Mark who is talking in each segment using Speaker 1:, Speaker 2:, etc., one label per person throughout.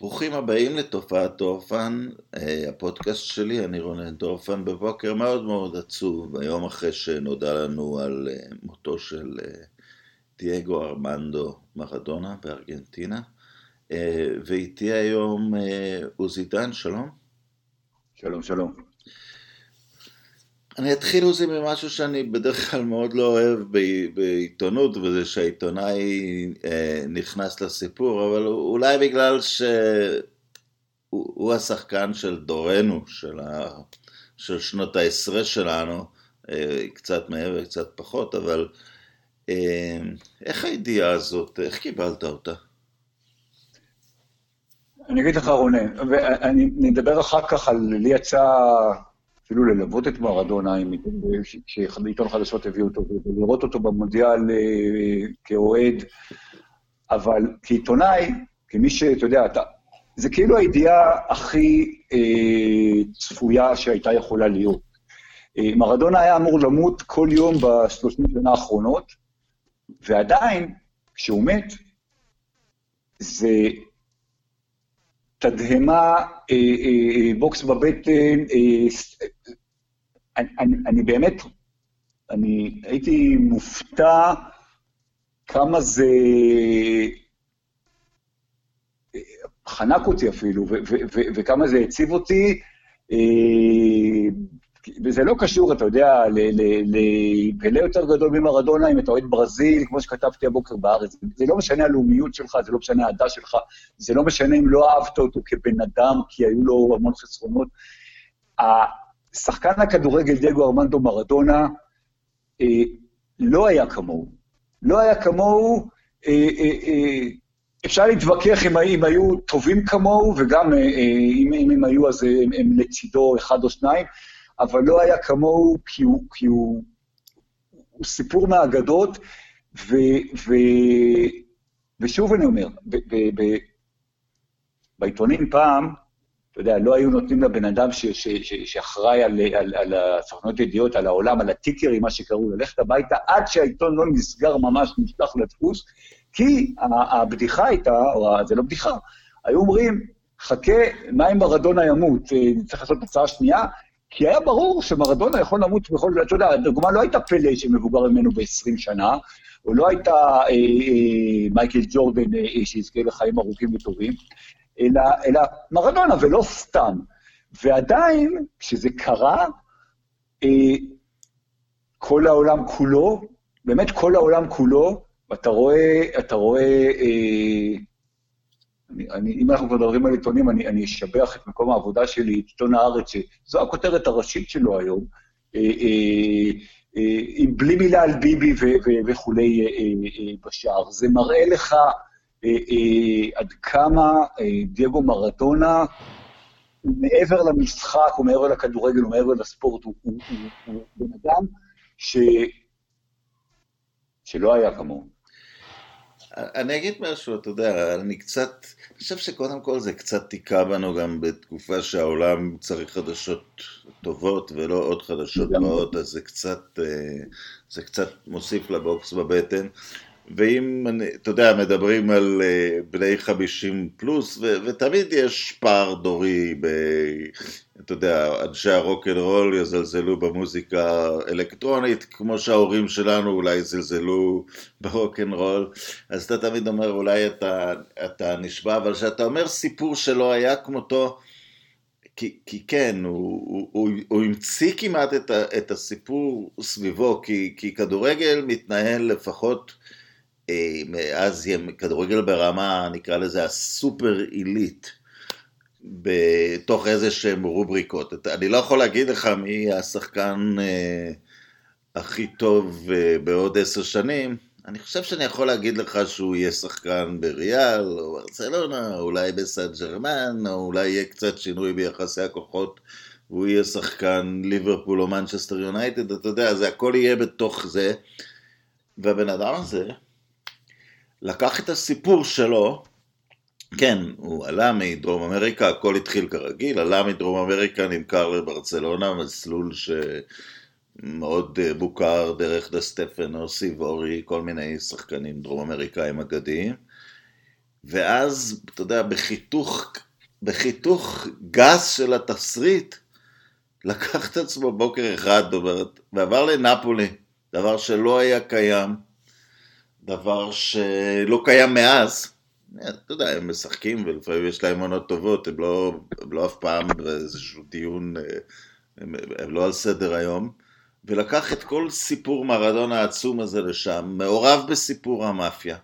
Speaker 1: ברוכים הבאים לתופעת דורפן, הפודקאסט שלי. אני רונן דורפן בבוקר מאוד מאוד עצוב, היום אחרי שנודע לנו על מותו של דייגו ארמנדו מרדונה בארגנטינה. ואיתי היום עוזי דן, שלום.
Speaker 2: שלום, שלום.
Speaker 1: אני אתחיל עוזי ממשהו שאני בדרך כלל מאוד לא אוהב בעיתונות, וזה שהעיתונאי נכנס לסיפור, אבל אולי בגלל שהוא השחקן של דורנו, של שנות ה-10 שלנו, קצת מעבר, קצת פחות, אבל איך הידיעה הזאת, איך קיבלת אותה?
Speaker 2: אני אגיד לך רונן, ואני נדבר אחר כך על לי יצא אפילו ללוות את מרדונה, כשעיתון חדשות הביא אותו, ולראות אותו במונדיאל כאוהד, אבל כעיתונאי, כמי שאתה יודע, זה כאילו הידיעה הכי צפויה שהייתה יכולה להיות. מרדונה היה אמור למות כל יום ב-30 שנה האחרונות, ועדיין, כשהוא מת, זה תדהמה, בוקס בבטן, אני באמת, אני הייתי מופתע כמה זה חנק אותי אפילו, וכמה זה הציב אותי, וזה לא קשור, אתה יודע, לפלא יותר גדול ממרדונה, אם אתה אוהד ברזיל, כמו שכתבתי הבוקר בארץ, זה לא משנה הלאומיות שלך, זה לא משנה העדה שלך, זה לא משנה אם לא אהבת אותו כבן אדם, כי היו לו המון חסרונות. השחקן הכדורגל דייגו ארמנדו מרדונה לא היה כמוהו. לא היה כמוהו, אפשר להתווכח אם היו טובים כמוהו, וגם אם הם היו אז הם לצידו אחד או שניים, אבל לא היה כמוהו כי הוא סיפור מהאגדות, ושוב אני אומר, בעיתונים פעם, אתה יודע, לא היו נותנים לבן אדם שאחראי על הסוכנות ידיעות, על העולם, על הטיקרים, מה שקראו, ללכת הביתה, עד שהעיתון לא נסגר ממש, נשלח לדפוס, כי הבדיחה הייתה, או זה לא בדיחה, היו אומרים, חכה, מה אם מרדונה ימות, צריך לעשות הצעה שנייה, כי היה ברור שמרדונה יכול למות בכל, אתה יודע, הדוגמה לא הייתה פלא שמבוגר ממנו ב-20 שנה, או לא הייתה מייקל ג'ורדן שיזכה לחיים ארוכים וטובים, אלא מרדונה, ולא סתם. ועדיין, כשזה קרה, כל העולם כולו, באמת כל העולם כולו, ואתה רואה, אם אנחנו כבר מדברים על עיתונים, אני אשבח את מקום העבודה שלי, את עיתון הארץ, שזו הכותרת הראשית שלו היום, בלי מילה על ביבי וכולי בשער. זה מראה לך עד כמה דייגו מרדונה, מעבר למשחק, או מעבר לכדורגל, או מעבר לספורט, הוא בן אדם שלא היה כמוהו.
Speaker 1: אני אגיד משהו, אתה יודע, אני חושב שקודם כל זה קצת תיקע בנו גם בתקופה שהעולם צריך חדשות טובות ולא עוד חדשות רעות, אז זה קצת מוסיף לבוקס בבטן. ואם, אתה יודע, מדברים על בני 50 פלוס, ותמיד יש פער דורי, אתה יודע, אנשי הרוק-אנד-רול יזלזלו במוזיקה אלקטרונית, כמו שההורים שלנו אולי זלזלו ברוק-אנד-רול, אז אתה תמיד אומר, אולי אתה נשבע, אבל שאתה אומר סיפור שלא היה כמותו, כי כן, הוא המציא כמעט את הסיפור סביבו, כי כדורגל מתנהל לפחות, מאז כדורגל ברמה, נקרא לזה הסופר עילית, בתוך איזה שהם רובריקות. אני לא יכול להגיד לך מי השחקן הכי טוב בעוד 10 שנים, אני חושב שאני יכול להגיד לך שהוא יהיה שחקן בריאל, או ברצלונה, או אולי בסן ג'רמן, או אולי יהיה קצת שינוי ביחסי הכוחות, והוא יהיה שחקן ליברפול או מנצ'סטר יונייטד, אתה יודע, זה הכל יהיה בתוך זה, והבן אדם הזה לקח את הסיפור שלו, כן, הוא עלה מדרום אמריקה, הכל התחיל כרגיל, עלה מדרום אמריקה, נמכר לברצלונה, מסלול שמאוד בוקר דרך דה סטפנו, סיבורי, כל מיני שחקנים דרום אמריקאים אגדיים, ואז, אתה יודע, בחיתוך גס של התסריט, לקח את עצמו בוקר אחד, ועבר לנפולי, דבר שלא היה קיים, דבר שלא קיים מאז. אתה יודע, הם משחקים, ולפעמים יש להם עונות טובות, הם לא אף פעם באיזשהו דיון, הם לא על סדר היום, ולקח את כל סיפור מרדונה העצום הזה לשם, מעורב בסיפור המאפיה.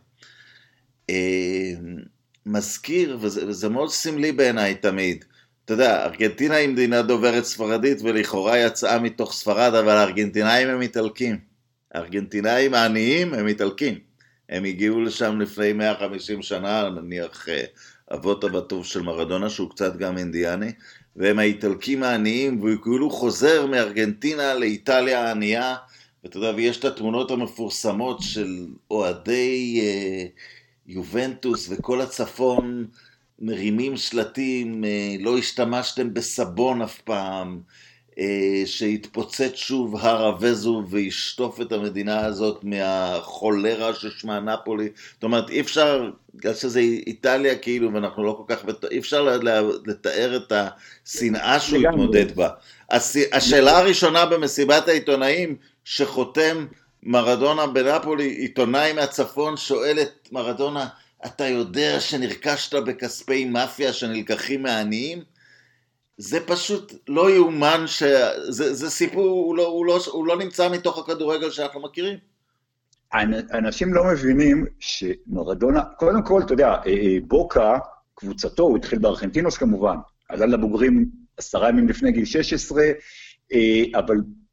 Speaker 1: מזכיר, וזה מאוד סמלי בעיניי תמיד, אתה יודע, ארגנטינה היא מדינה דוברת ספרדית, ולכאורה יצאה מתוך ספרד, אבל הארגנטינאים הם איטלקים. הארגנטינאים העניים הם איטלקים. הם הגיעו לשם לפני 150 שנה, נניח אבות אבותיו של מרדונה, שהוא קצת גם אינדיאני, והם האיטלקים העניים, והוא כאילו חוזר מארגנטינה לאיטליה הענייה, ואתה יודע, ויש את התמונות המפורסמות של אוהדי יובנטוס וכל הצפון, מרימים שלטים, לא השתמשתם בסבון אף פעם, שהתפוצץ שוב הר הווזו וישטוף את המדינה הזאת מהחולרה ששמה נפולי. זאת אומרת, אי אפשר, בגלל שזה איטליה כאילו, ואנחנו לא כל כך, אי אפשר לתאר את השנאה שהוא התמודד בה. השאלה הראשונה במסיבת העיתונאים, שחותם מרדונה בנפולי, עיתונאי מהצפון שואל את מרדונה, אתה יודע שנרכשת בכספי מאפיה שנלקחים מהעניים? זה פשוט לא יאומן, זה סיפור, הוא לא נמצא מתוך הכדורגל שאנחנו מכירים.
Speaker 2: אנשים לא מבינים שמרדונה, קודם כל, אתה יודע, בוקה, קבוצתו, הוא התחיל בארגנטינוס כמובן, עלה לבוגרים 10 ימים לפני גיל 16, אבל,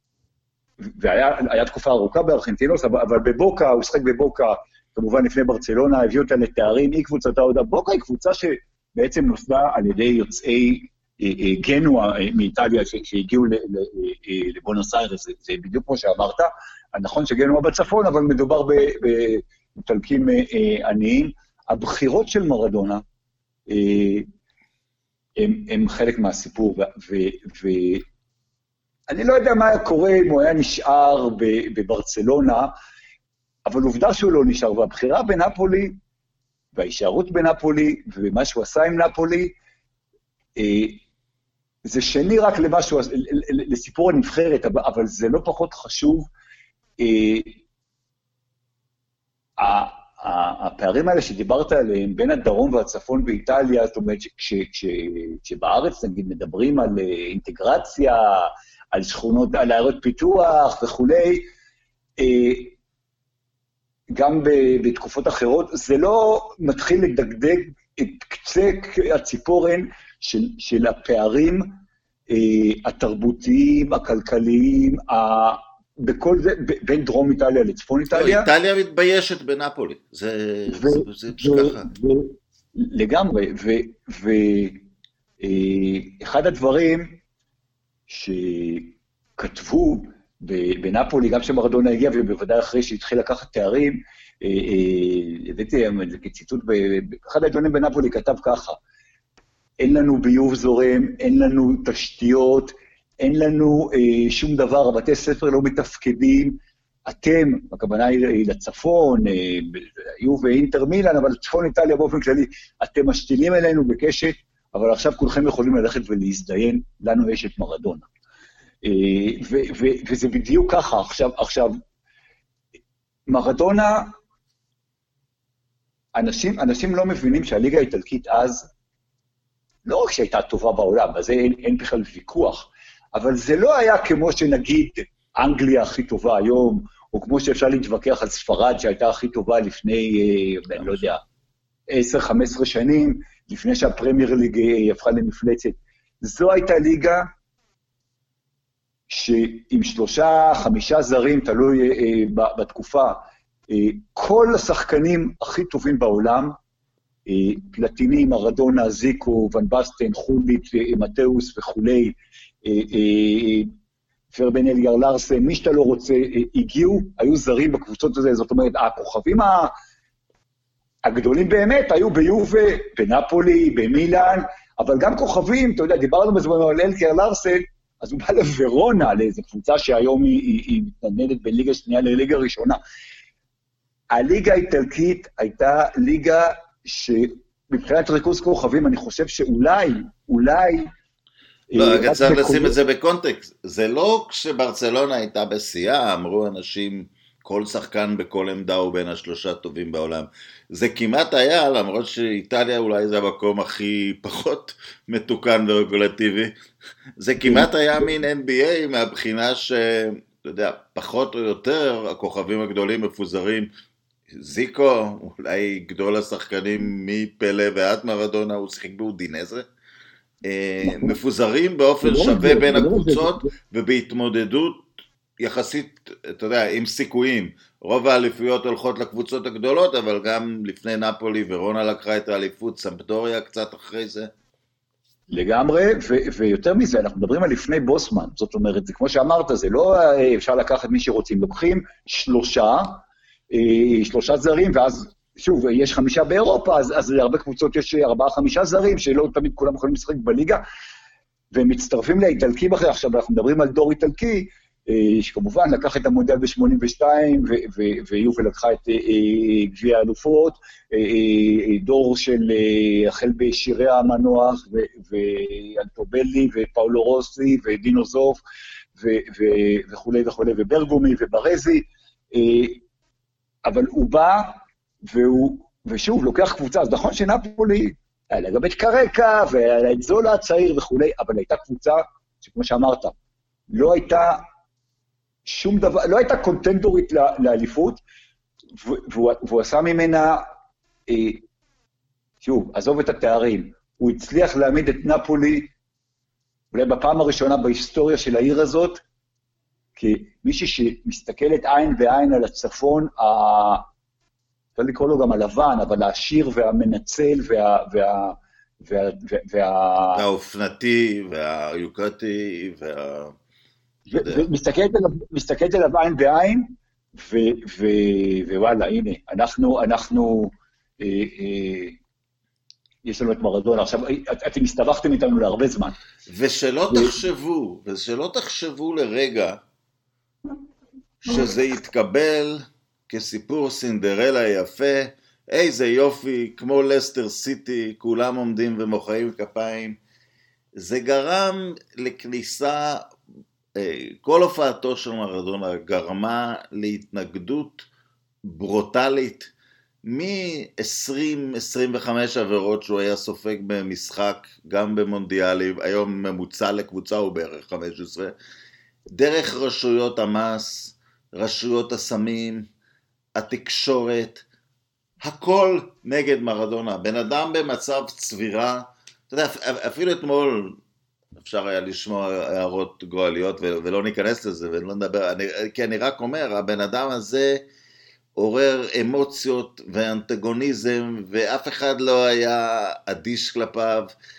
Speaker 2: והיה תקופה ארוכה בארגנטינוס, אבל בבוקה, הוא שחק בבוקה, כמובן לפני ברצלונה, הביא אותה לתארים, היא קבוצתה עוד, בוקה היא קבוצה שבעצם נוסדה על ידי יוצאי גנוע מאיטליה שהגיעו לבונוס איירס, זה בדיוק כמו שאמרת, נכון שגנוע בצפון, אבל מדובר באיטלקים עניים. הבחירות של מרדונה הם חלק מהסיפור, ואני לא יודע מה היה קורה אם הוא היה נשאר בברצלונה, אבל עובדה שהוא לא נשאר, והבחירה בנפולי, וההישארות בנפולי, ומה שהוא עשה עם נפולי, זה שני רק למשהו, לסיפור הנבחרת, אבל זה לא פחות חשוב. הפערים האלה שדיברת עליהם, בין הדרום והצפון באיטליה, זאת אומרת, כשבארץ נגיד מדברים על אינטגרציה, על שכונות, על עיירות פיתוח וכולי, גם בתקופות אחרות, זה לא מתחיל לדגדג את קצה הציפורן של הפערים התרבותיים, הכלכליים, בכל זה, בין דרום איטליה לצפון איטליה.
Speaker 1: איטליה מתביישת בנפולי, זה פשוט ככה.
Speaker 2: לגמרי, ואחד הדברים שכתבו בנפולי, גם שמרדונה הגיע, ובוודאי אחרי שהתחיל לקחת תארים, הבאתי את זה כציטוט, אחד העיתונים בנפולי כתב ככה, אין לנו ביוב זורם, אין לנו תשתיות, אין לנו שום דבר, הבתי ספר לא מתפקדים, אתם, הכוונה היא לצפון, היו ואינטר מילאן, אבל צפון איטליה באופן כללי, אתם משתילים אלינו בקשת, אבל עכשיו כולכם יכולים ללכת ולהזדיין, לנו יש את מרדונה. וזה בדיוק ככה, עכשיו, מרדונה, אנשים לא מבינים שהליגה האיטלקית אז, לא רק שהייתה טובה בעולם, אז אין בכלל ויכוח, אבל זה לא היה כמו שנגיד אנגליה הכי טובה היום, או כמו שאפשר להתווכח על ספרד שהייתה הכי טובה לפני, אני לא יודע, 10-15 שנים, לפני שהפרמייר ליג הפכה למפלצת. זו הייתה ליגה שעם 3-5 זרים, תלוי בתקופה, כל השחקנים הכי טובים בעולם, פלטיני, מרדונה, זיקו, ון בסטן, חוליץ', מתאוס וכולי, פרבן אליאר לארסן, מי שאתה לא רוצה, הגיעו, היו זרים בקבוצות הזה, זאת אומרת, הכוכבים הגדולים באמת היו ביובה, בנפולי, במילאן, אבל גם כוכבים, אתה יודע, דיברנו בזמנו על אלקר לארסן, אז הוא בא לוורונה, לאיזו קבוצה שהיום היא מתנדנדת בין ליגה שנייה לליגה ראשונה. הליגה האיטלקית הייתה ליגה שמבחינת ריכוז כוכבים, אני חושב שאולי,
Speaker 1: לא, רק צריך לשים את זה בקונטקסט. זה לא כשברצלונה הייתה בשיאה, אמרו אנשים, כל שחקן בכל עמדה הוא בין השלושה טובים בעולם. זה כמעט היה, למרות שאיטליה אולי זה המקום הכי פחות מתוקן ורגולטיבי. זה כמעט היה מין NBA מהבחינה אתה יודע, פחות או יותר, הכוכבים הגדולים מפוזרים. זיקו, אולי גדול השחקנים מפלא ועד מרדונה, הוא שיחק באודינזה. מפוזרים באופן שווה בין הקבוצות ובהתמודדות יחסית, אתה יודע, עם סיכויים. רוב האליפויות הולכות לקבוצות הגדולות, אבל גם לפני נפולי ורונה לקחה את האליפות, סמפדוריה קצת אחרי זה.
Speaker 2: לגמרי, ויותר מזה, אנחנו מדברים על לפני בוסמן, זאת אומרת, זה כמו שאמרת, זה לא אפשר לקחת מי שרוצים, לוקחים שלושה זרים, ואז שוב, יש 5 באירופה, אז להרבה קבוצות יש 4-5 זרים, שלא תמיד כולם יכולים לשחק בליגה, והם מצטרפים לאיטלקים אחרי, עכשיו אנחנו מדברים על דור איטלקי, שכמובן לקח את המונדיאל ב-82, ויובל לקחה את גביע האלופות, דור של החל בשירי המנוח, ואלטובלי, ופאולו רוסי, ודינו זוף, וכו' וכו', וברגומי, וברזי, אבל הוא בא, ושוב, לוקח קבוצה, אז נכון שנפולי, היה לה גם את קרקע, והיה לה את זולה הצעיר וכו', אבל הייתה קבוצה, שכמו שאמרת, לא הייתה שום דבר, לא הייתה קונטנדורית לאליפות, והוא עשה ממנה, שוב, עזוב את התארים, הוא הצליח להעמיד את נפולי, אולי בפעם הראשונה בהיסטוריה של העיר הזאת, כמישהי שמסתכלת עין בעין על הצפון, אפשר לקרוא לו גם הלבן, אבל העשיר והמנצל
Speaker 1: והאופנתי והיוקרתי
Speaker 2: מסתכלת עליו עין בעין, ווואלה, הנה, אנחנו יש לנו את מרדונה, עכשיו, אתם הסתבכתם איתנו להרבה זמן.
Speaker 1: ושלא תחשבו לרגע, שזה יתקבל כסיפור סינדרלה יפה, איזה יופי, כמו לסטר סיטי, כולם עומדים ומוחאים כפיים. זה גרם לכניסה, כל הופעתו של מרדונה גרמה להתנגדות ברוטלית, מ-20-25 עבירות שהוא היה סופג במשחק, גם במונדיאלים, היום ממוצע לקבוצה הוא בערך 15, דרך רשויות המס, רשויות הסמים, התקשורת, הכל נגד מרדונה. בן אדם במצב צבירה, אתה יודע, אפילו אתמול אפשר היה לשמוע הערות גואליות, ולא ניכנס לזה, ולא נדבר, כי אני רק אומר, הבן אדם הזה עורר אמוציות ואנטגוניזם, ואף אחד לא היה אדיש כלפיו,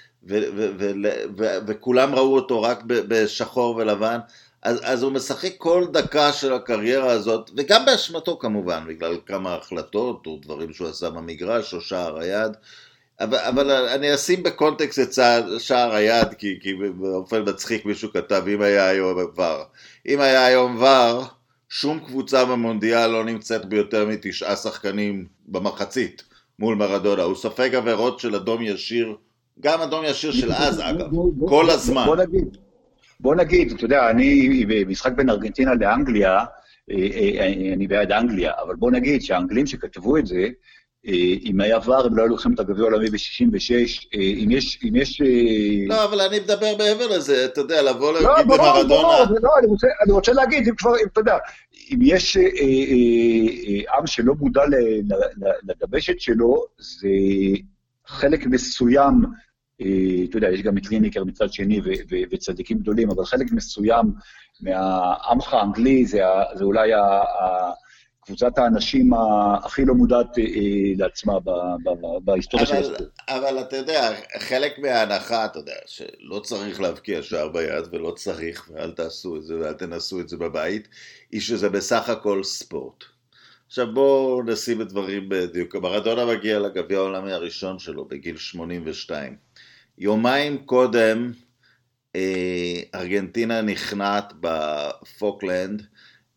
Speaker 1: וכולם ראו אותו רק בשחור ולבן, אז הוא משחק כל דקה של הקריירה הזאת, וגם באשמתו כמובן, בגלל כמה החלטות או דברים שהוא עשה במגרש או שער היד, אבל אני אשים בקונטקסט את שער היד, כי באופן מצחיק מישהו כתב, אם היה היום ור, שום קבוצה במונדיאל לא נמצאת ביותר מ9 שחקנים במחצית מול מרדונה, הוא סופג עבירות של אדום ישיר, גם אדום ישיר של אז אגב, כל הזמן.
Speaker 2: בוא נגיד, אתה יודע, אני במשחק בין ארגנטינה לאנגליה, אני בעד אנגליה, אבל בוא נגיד שהאנגלים שכתבו את זה, אם היה ור, הם לא היו לוקחים את הגביע העולמי ב-66, אם יש...
Speaker 3: לא, אבל אני מדבר מעבר לזה, אתה יודע, לבוא להגיד במרדונה...
Speaker 2: לא, אני רוצה להגיד, אם כבר, אתה יודע, אם יש עם שלא מודע לדבשת שלו, זה חלק מסוים, אתה יודע, יש גם את ליניקר מצד שני וצדיקים גדולים, אבל חלק מסוים מהעמך האנגלי, זה אולי קבוצת האנשים הכי לא מודעת לעצמה בהיסטוריה של הספורט.
Speaker 1: אבל אתה יודע, חלק מההנחה, אתה יודע, שלא צריך להבקיע שער ביד, ולא צריך, ואל תעשו את זה, ואל תנסו את זה בבית, היא שזה בסך הכל ספורט. עכשיו בואו נשים את דברים בדיוק. מרדונה מגיע לגביע העולמי הראשון שלו בגיל 82. יומיים קודם ארגנטינה נכנעת בפוקלנד,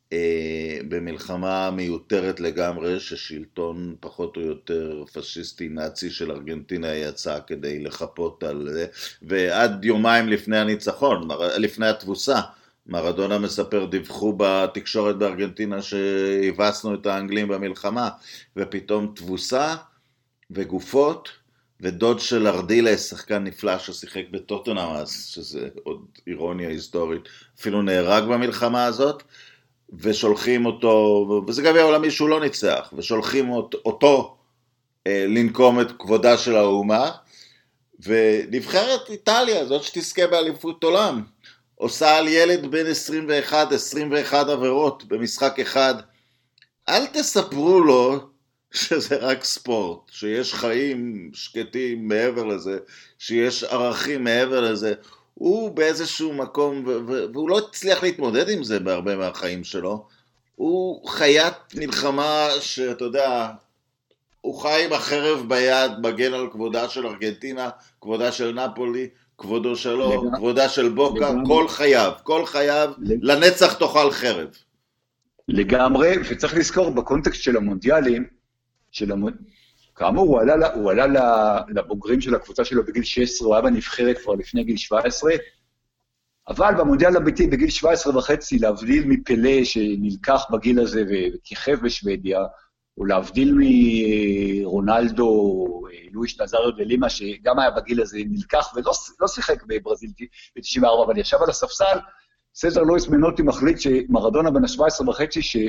Speaker 1: במלחמה מיותרת לגמרי, ששלטון פחות או יותר פשיסטי נאצי של ארגנטינה יצא כדי לחפות על זה, ועד יומיים לפני הניצחון, לפני התבוסה, מרדונה מספר, דיווחו בתקשורת בארגנטינה שהבסנו את האנגלים במלחמה, ופתאום תבוסה וגופות, ודוד של ארדילס, שחקן נפלא ששיחק בטוטנהאם אז, שזה עוד אירוניה היסטורית, אפילו נהרג במלחמה הזאת, ושולחים אותו, וזה גביע עולמי שהוא לא ניצח, ושולחים אותו לנקום את כבודה של האומה, ונבחרת איטליה, זאת שתזכה באליפות עולם, עושה על ילד בן 21 עבירות במשחק אחד. אל תספרו לו שזה רק ספורט, שיש חיים שקטים מעבר לזה, שיש ערכים מעבר לזה. הוא באיזשהו מקום, והוא לא הצליח להתמודד עם זה בהרבה מהחיים שלו. הוא חיית מלחמה שאתה יודע, הוא חי עם החרב ביד, מגן על כבודה של ארגנטינה, כבודה של נפולי, כבודו שלו, כבודה של בוקה, כל חייו, לנצח תאכל חרב.
Speaker 2: לגמרי, וצריך לזכור בקונטקסט של המונדיאלים, כאמור, הוא עלה לבוגרים של הקבוצה שלו בגיל 16, הוא היה בנבחרת כבר לפני גיל 17, אבל במונדיאל הביתי בגיל 17.5, להבדיל מפלה שנלקח בגיל הזה וכיכב בשוודיה, או להבדיל מרונלדו, לואיש נזריו דה לימה, שגם היה בגיל הזה נלקח ולא שיחק בברזיל ב-94, אבל ישב על הספסל, סזר לואיס מנוטי מחליט שמרדונה בן ה-17.5,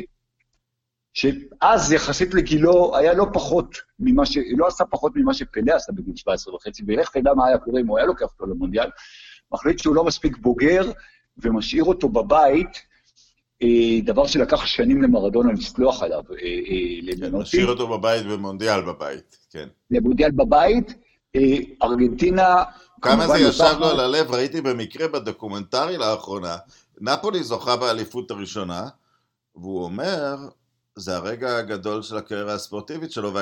Speaker 2: שאז יחסית לגילו היה לא עשה פחות ממה שפלה עשה בגיל 17.5, ואיך תדע מה היה קורה אם הוא היה לוקח אותו למונדיאל, מחליט שהוא לא מספיק בוגר, ומשאיר אותו בבית, דבר שלקח שנים למרדונה לסלוח עליו, למנוטי.
Speaker 1: משאיר אותו בבית במונדיאל בבית, כן.
Speaker 2: למונדיאל בבית, ארגנטינה...
Speaker 1: כמה זה ישב לו על הלב, ראיתי במקרה בדוקומנטרי לאחרונה, נפולי זוכה באליפות הראשונה, והוא אומר, זה הרגע הגדול של הקריירה הספורטיבית שלו,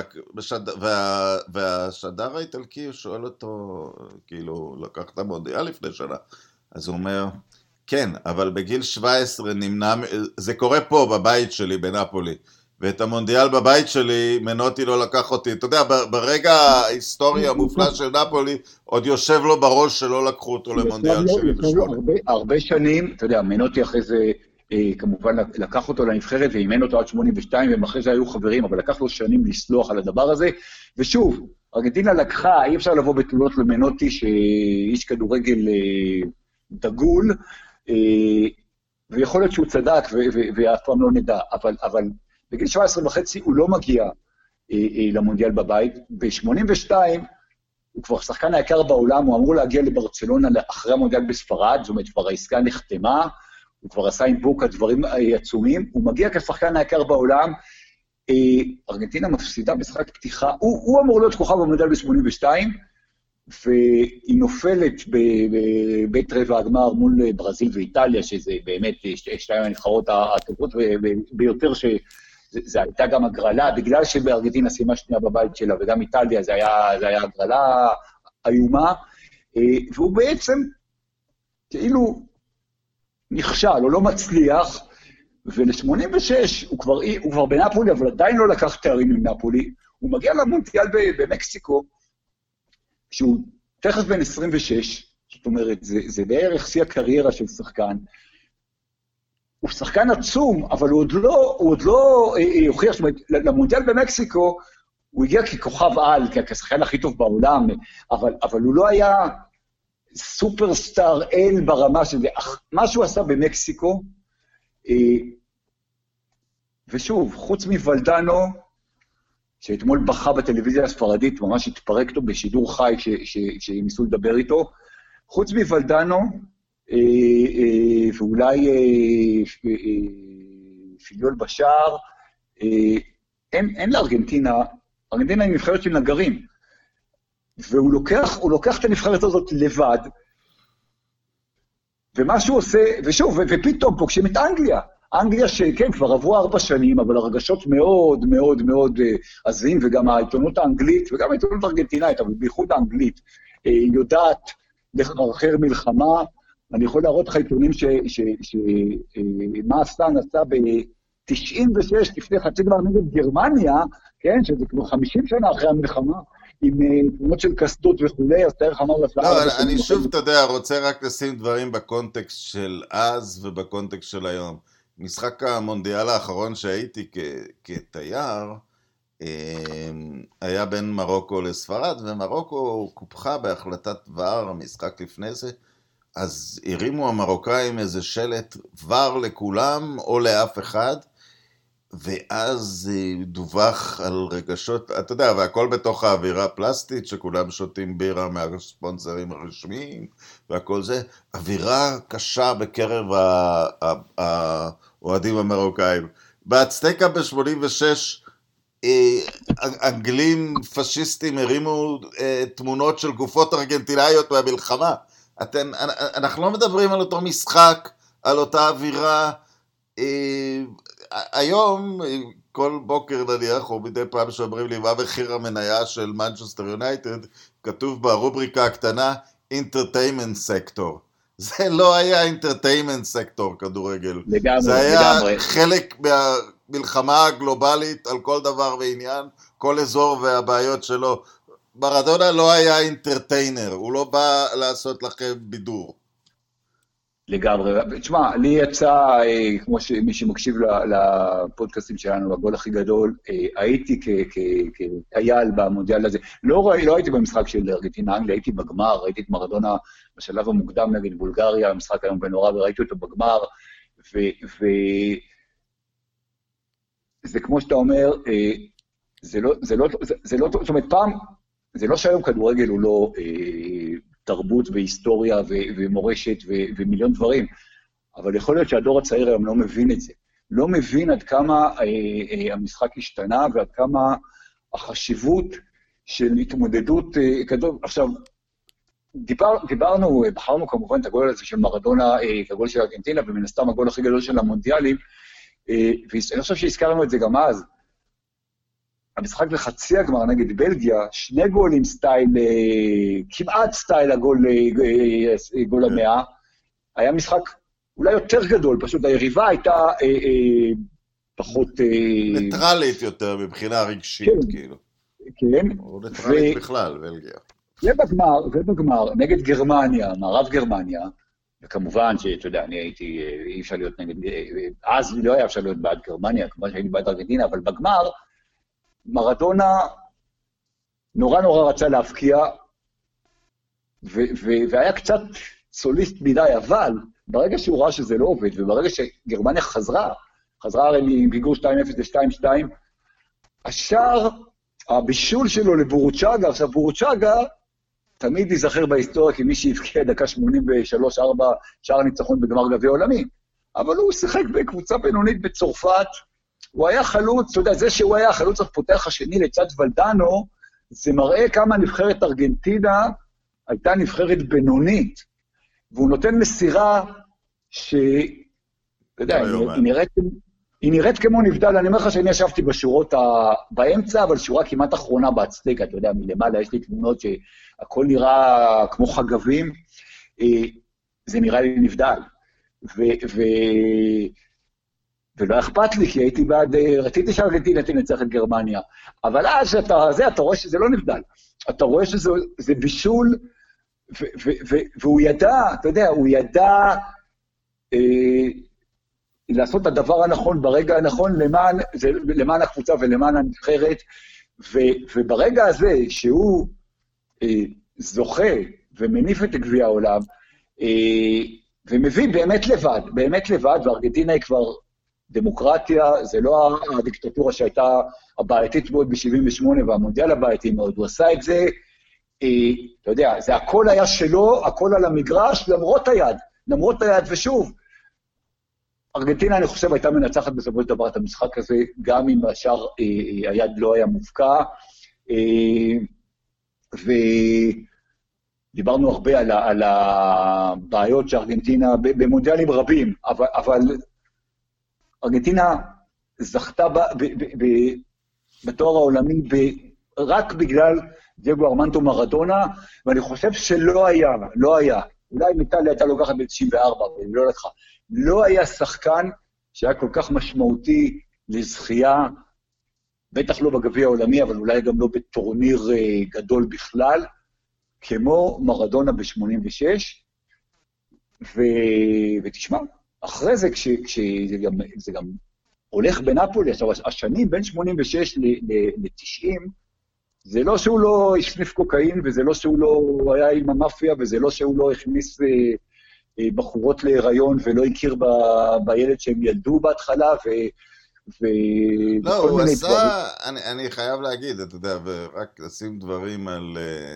Speaker 1: והשדר האיטלקי, הוא שואל אותו, כאילו, לקח את המונדיאל לפני שנה, אז הוא אומר, כן, אבל בגיל 17 נמנע, זה קורה פה בבית שלי בנפולי, ואת המונדיאל בבית שלי, מנוטי לא לקח אותי, אתה יודע, ברגע ההיסטורי המופלא של נפולי, עוד יושב לו בראש שלא לקחו אותו למונדיאל שלי.
Speaker 2: הרבה שנים, אתה יודע, מנוטי אחרי זה, כמובן לקח אותו לנבחרת, ואימן אותו עד 82, והם אחרי זה היו חברים, אבל לקח לו שנים לסלוח על הדבר הזה, ושוב, ארגנטינה לקחה, אי אפשר לבוא בתלונות למנוטי, שאיש כדורגל דגול, ויכול להיות שהוא צדק, ואף פעם לא נדע, אבל בגיל 17.5 הוא לא מגיע למונדיאל בבית, ב-82 הוא כבר שחקן היקר בעולם, הוא אמור להגיע לברצלונה אחרי המונדיאל בספרד, זאת אומרת כבר העסקה נחתמה, הוא כבר עשה עם בוקה דברים עצומים, הוא מגיע כשחקן היקר בעולם, ארגנטינה מפסידה משחק פתיחה, הוא אמור להיות כוכב במונדיאל ב-82, והיא נופלת בבית רבע הגמר מול ברזיל ואיטליה, שזה באמת שתיים הנבחרות הטובות ביותר, שזה הייתה גם הגרלה, בגלל שבארגנטינה סיימה שנייה בבית שלה, וגם איטליה, זה היה הגרלה איומה, והוא בעצם כאילו נכשל, או לא מצליח, ול-86 הוא כבר בנפולי, אבל עדיין לא לקח תארים עם נפולי, הוא מגיע למונדיאל במקסיקו, שהוא תכף בין 26, זאת אומרת, זה בערך שיא הקריירה של שחקן, הוא שחקן עצום, אבל הוא עוד לא הוכיח, זאת אומרת, למונדיאל במקסיקו, הוא הגיע ככוכב על, כשחקן הכי טוב בעולם, אבל הוא לא היה סופרסטאר אל ברמה של זה, מה שהוא עשה במקסיקו, ושוב, חוץ מוולדנו, שאתמול בכה בטלוויזיה הספרדית, ממש התפרק אותו בשידור חי שניסו לדבר איתו, חוץ מוולדנו, ואולי פיליול בשער, אין לארגנטינה, ארגנטינה היא נבחרת של נגרים, והוא לוקח את הנבחרת הזאת לבד, ומה שהוא עושה, ושוב, ופתאום פוגשים את אנגליה שכן, כבר עברו 4 שנים, אבל הרגשות מאוד מאוד מאוד עזים, וגם העיתונות האנגלית, וגם העיתונות הארגנטינאית, אבל בייחוד האנגלית, יודעת לחרחר מלחמה, אני יכול להראות לך עיתונים מה עשה ב-96, לפני חצי גמר נגד גרמניה, כן, שזה כבר 50 שנה אחרי המלחמה, עם תמונות של קסדות וכולי, אז תארך אמר לשעה...
Speaker 1: לא, אני שוב, אתה יודע, רוצה רק לשים דברים בקונטקסט של אז ובקונטקסט של היום. משחק המונדיאל האחרון שהייתי כתייר, היה בין מרוקו לספרד, ומרוקו קופחה בהחלטת ור, המשחק לפני זה, אז הרימו המרוקאים איזה שלט ור לכולם או לאף אחד, ואז דווח על רגשות, אתה יודע, והכל בתוך האווירה פלסטית, שכולם שותים בירה מהספונסרים הרשמיים, והכל זה, אווירה קשה בקרב האוהדים המרוקאים. באצטקה ב-86, אנגלים פשיסטים הרימו תמונות של גופות ארגנטינאיות מהמלחמה. אנחנו לא מדברים על אותו משחק, על אותה אווירה. היום, כל בוקר נניח, או מדי פעם שאומרים לי מה מחיר המניה של מנצ'סטר יונייטד, כתוב ברובריקה הקטנה, Entertainment Sector. זה לא היה Entertainment Sector כדורגל.
Speaker 2: לגמרי,
Speaker 1: זה היה
Speaker 2: לגמרי.
Speaker 1: חלק מהמלחמה הגלובלית על כל דבר ועניין, כל אזור והבעיות שלו. מרדונה לא היה אינטרטיינר, הוא לא בא לעשות לכם בידור.
Speaker 2: לגמרי. תשמע, לי יצא, כמו שמי שמקשיב לפודקאסטים שלנו, הגול הכי גדול, הייתי כטייל במונדיאל הזה. לא הייתי במשחק של ארגנטינה אנגליה, הייתי בגמר, ראיתי את מרדונה בשלב המוקדם נגד בולגריה, המשחק היום בנורא, וראיתי אותו בגמר, זה כמו שאתה אומר, זה לא, זאת אומרת, פעם, זה לא שהיום כדורגל הוא לא תרבות והיסטוריה ומורשת ומיליון דברים, אבל יכול להיות שהדור הצעיר היום לא מבין את זה. לא מבין עד כמה המשחק השתנה ועד כמה החשיבות של התמודדות כדור. עכשיו, בחרנו כמובן את הגול הזה של מרדונה, את הגול של ארגנטינה, ומן הסתם הגול הכי גדול של המונדיאלים, ואני חושב שהזכרנו את זה גם אז, המשחק בחצי הגמר נגד בלגיה, 2 גולים סטייל, כמעט סטייל גול המאה, היה משחק אולי יותר גדול, פשוט היריבה הייתה פחות...
Speaker 1: ניטרלית יותר מבחינה רגשית, כאילו.
Speaker 2: כן.
Speaker 1: או ניטרלית בכלל, בלגיה.
Speaker 2: ובגמר, נגד גרמניה, מערב גרמניה, וכמובן שאתה יודע, אני הייתי, אי אפשר להיות נגד, אז לא היה אפשר להיות בעד גרמניה, כמובן שהייתי בעד ארגנטינה, אבל בגמר, מרדונה נורא רצה להפקיע, והיה קצת סוליסט מדי, אבל ברגע שהוא ראה שזה לא עובד, וברגע שגרמניה חזרה הרי מפיגור 2-0 ל-2-2, השאר, הבישול שלו לבורוצ'אגה, עכשיו בורוצ'אגה תמיד ייזכר בהיסטוריה כמי שהבקיע דקה 83-4 שער ניצחון בגמר גביע עולמי, אבל הוא שיחק בקבוצה בינונית בצרפת, הוא היה חלוץ, אתה יודע, זה שהוא היה חלוץ הפותח השני לצד ולדנו, זה מראה כמה נבחרת ארגנטינה הייתה נבחרת בינונית, והוא נותן מסירה אתה יודע, היא נראית כמו נבדל, אני אומר לך שאני ישבתי בשורות באמצע, אבל שורה כמעט אחרונה באצטקה, אתה יודע, מלמעלה יש לי תמונות שהכל נראה כמו חגבים, זה נראה לי נבדל, ולא אכפת לי, כי הייתי בעד, רציתי שארגנטינה תנצח את גרמניה, אבל אז אתה רואה שזה לא נבדל, אתה רואה שזה בישול, והוא ידע, אתה יודע, הוא ידע לעשות את הדבר הנכון ברגע הנכון למען הקבוצה ולמען הנבחרת, וברגע הזה שהוא זוכה ומניף את גביע העולם, ומביא באמת לבד, וארגנטינה היא כבר דמוקרטיה, זה לא הדיקטטורה שהייתה הבעייתית מאוד ב-78 והמונדיאל הבעייתי מאוד, הוא עשה את זה, אתה יודע, זה הכל היה שלו, הכל על המגרש, למרות היד, ושוב, ארגנטינה, אני חושב, הייתה מנצחת בסופו של דבר את המשחק הזה, גם אם השאר היד לא היה מופקע, ודיברנו הרבה על הבעיות שארגנטינה, במונדיאלים רבים, אבל ארגנטינה זכתה בתואר העולמי רק בגלל דייגו ארמנדו מרדונה, ואני חושב שלא היה אולי מיטלי הייתה לוקחת ב-94, ואני לא לקחה. לא היה שחקן שהיה כל כך משמעותי לזכייה, בטח לא בגביע העולמי, אבל אולי גם לא בטורניר גדול בכלל, כמו מרדונה ב-86, ותשמע, אחרי זה, כשזה גם הולך בנפולי, עכשיו, השנים בין 86 ל-90, זה לא שהוא לא השניף קוקאין, וזה לא שהוא לא היה עם המאפיה, וזה לא שהוא לא הכניס בחורות להיריון, ולא הכיר בילד שהם ילדו בהתחלה,
Speaker 1: לא, הוא עשה, אני חייב להגיד, אתה יודע, ורק לשים דברים על,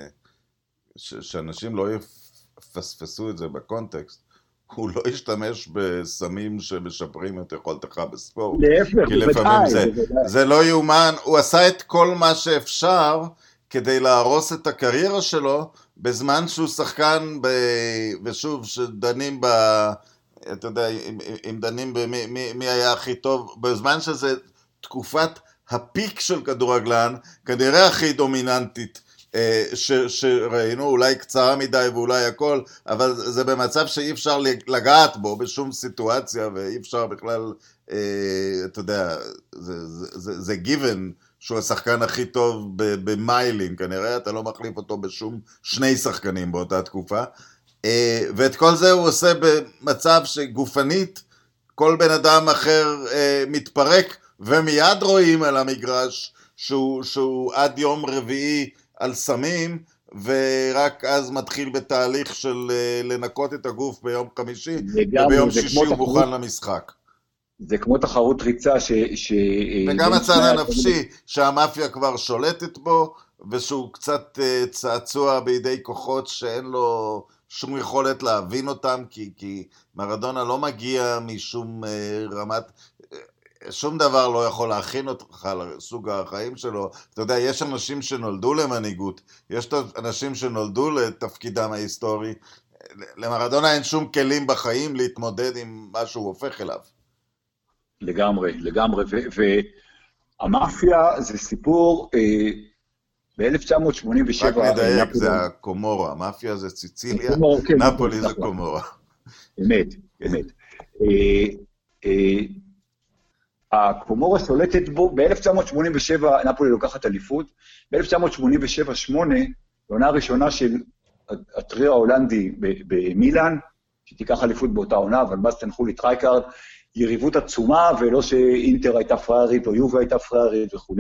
Speaker 1: שאנשים לא יפספסו את זה בקונטקסט, הוא לא השתמש בסמים שמשפרים את יכולתך בספורט.
Speaker 2: להפך,
Speaker 1: כי לפעמים זה לא יאומן, הוא עשה את כל מה שאפשר כדי להרוס את הקריירה שלו, בזמן שהוא שחקן, ושוב, שדנים אתה יודע, אם דנים במי היה הכי טוב, בזמן שזה תקופת הפיק של כדורגלן, כנראה הכי דומיננטית, שראינו, אולי קצרה מדי ואולי הכל, אבל זה במצב שאי אפשר לגעת בו בשום סיטואציה, ואי אפשר בכלל, אתה יודע, זה given שהוא השחקן הכי טוב במיילים, כנראה אתה לא מחליף אותו בשום שני שחקנים באותה תקופה, ואת כל זה הוא עושה במצב שגופנית כל בן אדם אחר מתפרק, ומיד רואים על המגרש שהוא עד יום רביעי על סמים, ורק אז מתחיל בתהליך של לנקות את הגוף ביום חמישי, וביום שישי הוא מוכן למשחק.
Speaker 2: זה כמו תחרות ריצה
Speaker 1: וגם הצד הנפשי, שהמאפיה כבר שולטת בו, ושהוא קצת צעצוע בידי כוחות שאין לו שום יכולת להבין אותם, כי מרדונה לא מגיע משום רמת, שום דבר לא יכול להכין אותך לסוג החיים שלו. אתה יודע, יש אנשים שנולדו למנהיגות, יש אנשים שנולדו לתפקידם ההיסטורי, למרדונה אין שום כלים בחיים להתמודד עם מה שהוא הופך אליו.
Speaker 2: לגמרי, לגמרי, והמאפיה זה סיפור, ב-1987...
Speaker 1: רק נדייק, זה הקומורה, המאפיה זה ציציליה, נפולי זה קומורה.
Speaker 2: אמת, אמת. הקומורה שולטת בו, ב-1987 נפולי לוקחת אליפות, ב-1987-8, העונה הראשונה של הטריו ההולנדי במילאן, שתיקח אליפות באותה עונה, אבל אז תנחו לי טרייקארד, יריבות עצומה, ולא שאינטר הייתה פריירית או יובה הייתה פריירית וכו'.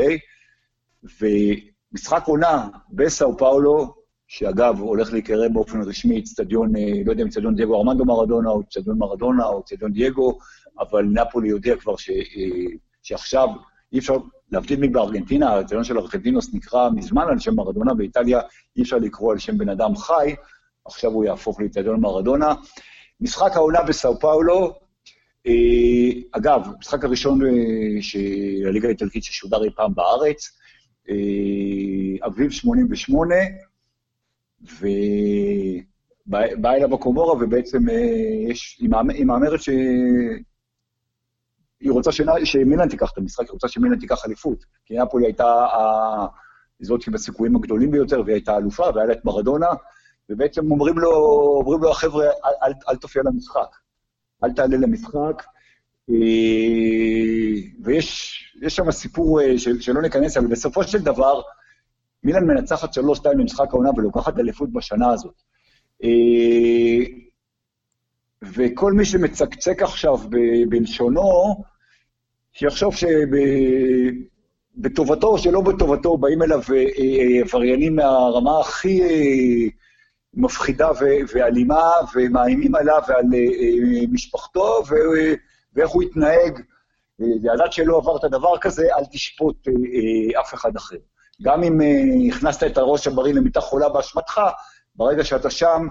Speaker 2: ומשחק עונה בסאו פאולו, שאגב הולך להיקרא באופן רשמי אצטדיון, לא יודע אם אצטדיון דייגו ארמנדו מרדונה, או אצטדיון מרדונה, או אצטדיון דייגו, אבל נפולי יודע כבר שעכשיו אי אפשר להבדיל מבארגנטינה, האצטדיון של ארגנטינוס נקרא מזמן על שם מרדונה, באיטליה אי אפשר לקרוא על שם בן אדם חי, עכשיו הוא יהפוך לאצטדיון מרדונה. משחק העונה בסאו פאולו, אגב, המשחק הראשון של הליגה האיטלקית ששודר אי פעם בארץ, אביב 88, ובא אליו הקומורה, ובעצם היא מאמרת שהיא רוצה שמילאן תיקח את המשחק, היא רוצה שמילאן תיקח אליפות, כי נפולי הייתה זאת בסיכויים הגדולים ביותר, והיא הייתה אלופה, והיה לה את מרדונה, ובעצם אומרים לו החבר'ה, אל תופיע למשחק. אל תעלה למשחק, ויש שם סיפור שלא ניכנס, אבל בסופו של דבר, מילאן מנצחת 3-2 למשחק העונה ולוקחת אליפות בשנה הזאת. וכל מי שמצקצק עכשיו בלשונו, שיחשוב שבטובתו או שלא בטובתו, באים אליו עבריינים מהרמה הכי מפחידה ואלימה, ומאיימים עליו ועל משפחתו, ואיך הוא יתנהג, ועד שלא עבר את הדבר כזה, אל תשפוט אף אחד אחר. גם אם הכנסת את הראש הבריא למיטה חולה באשמתך, ברגע שאתה שם,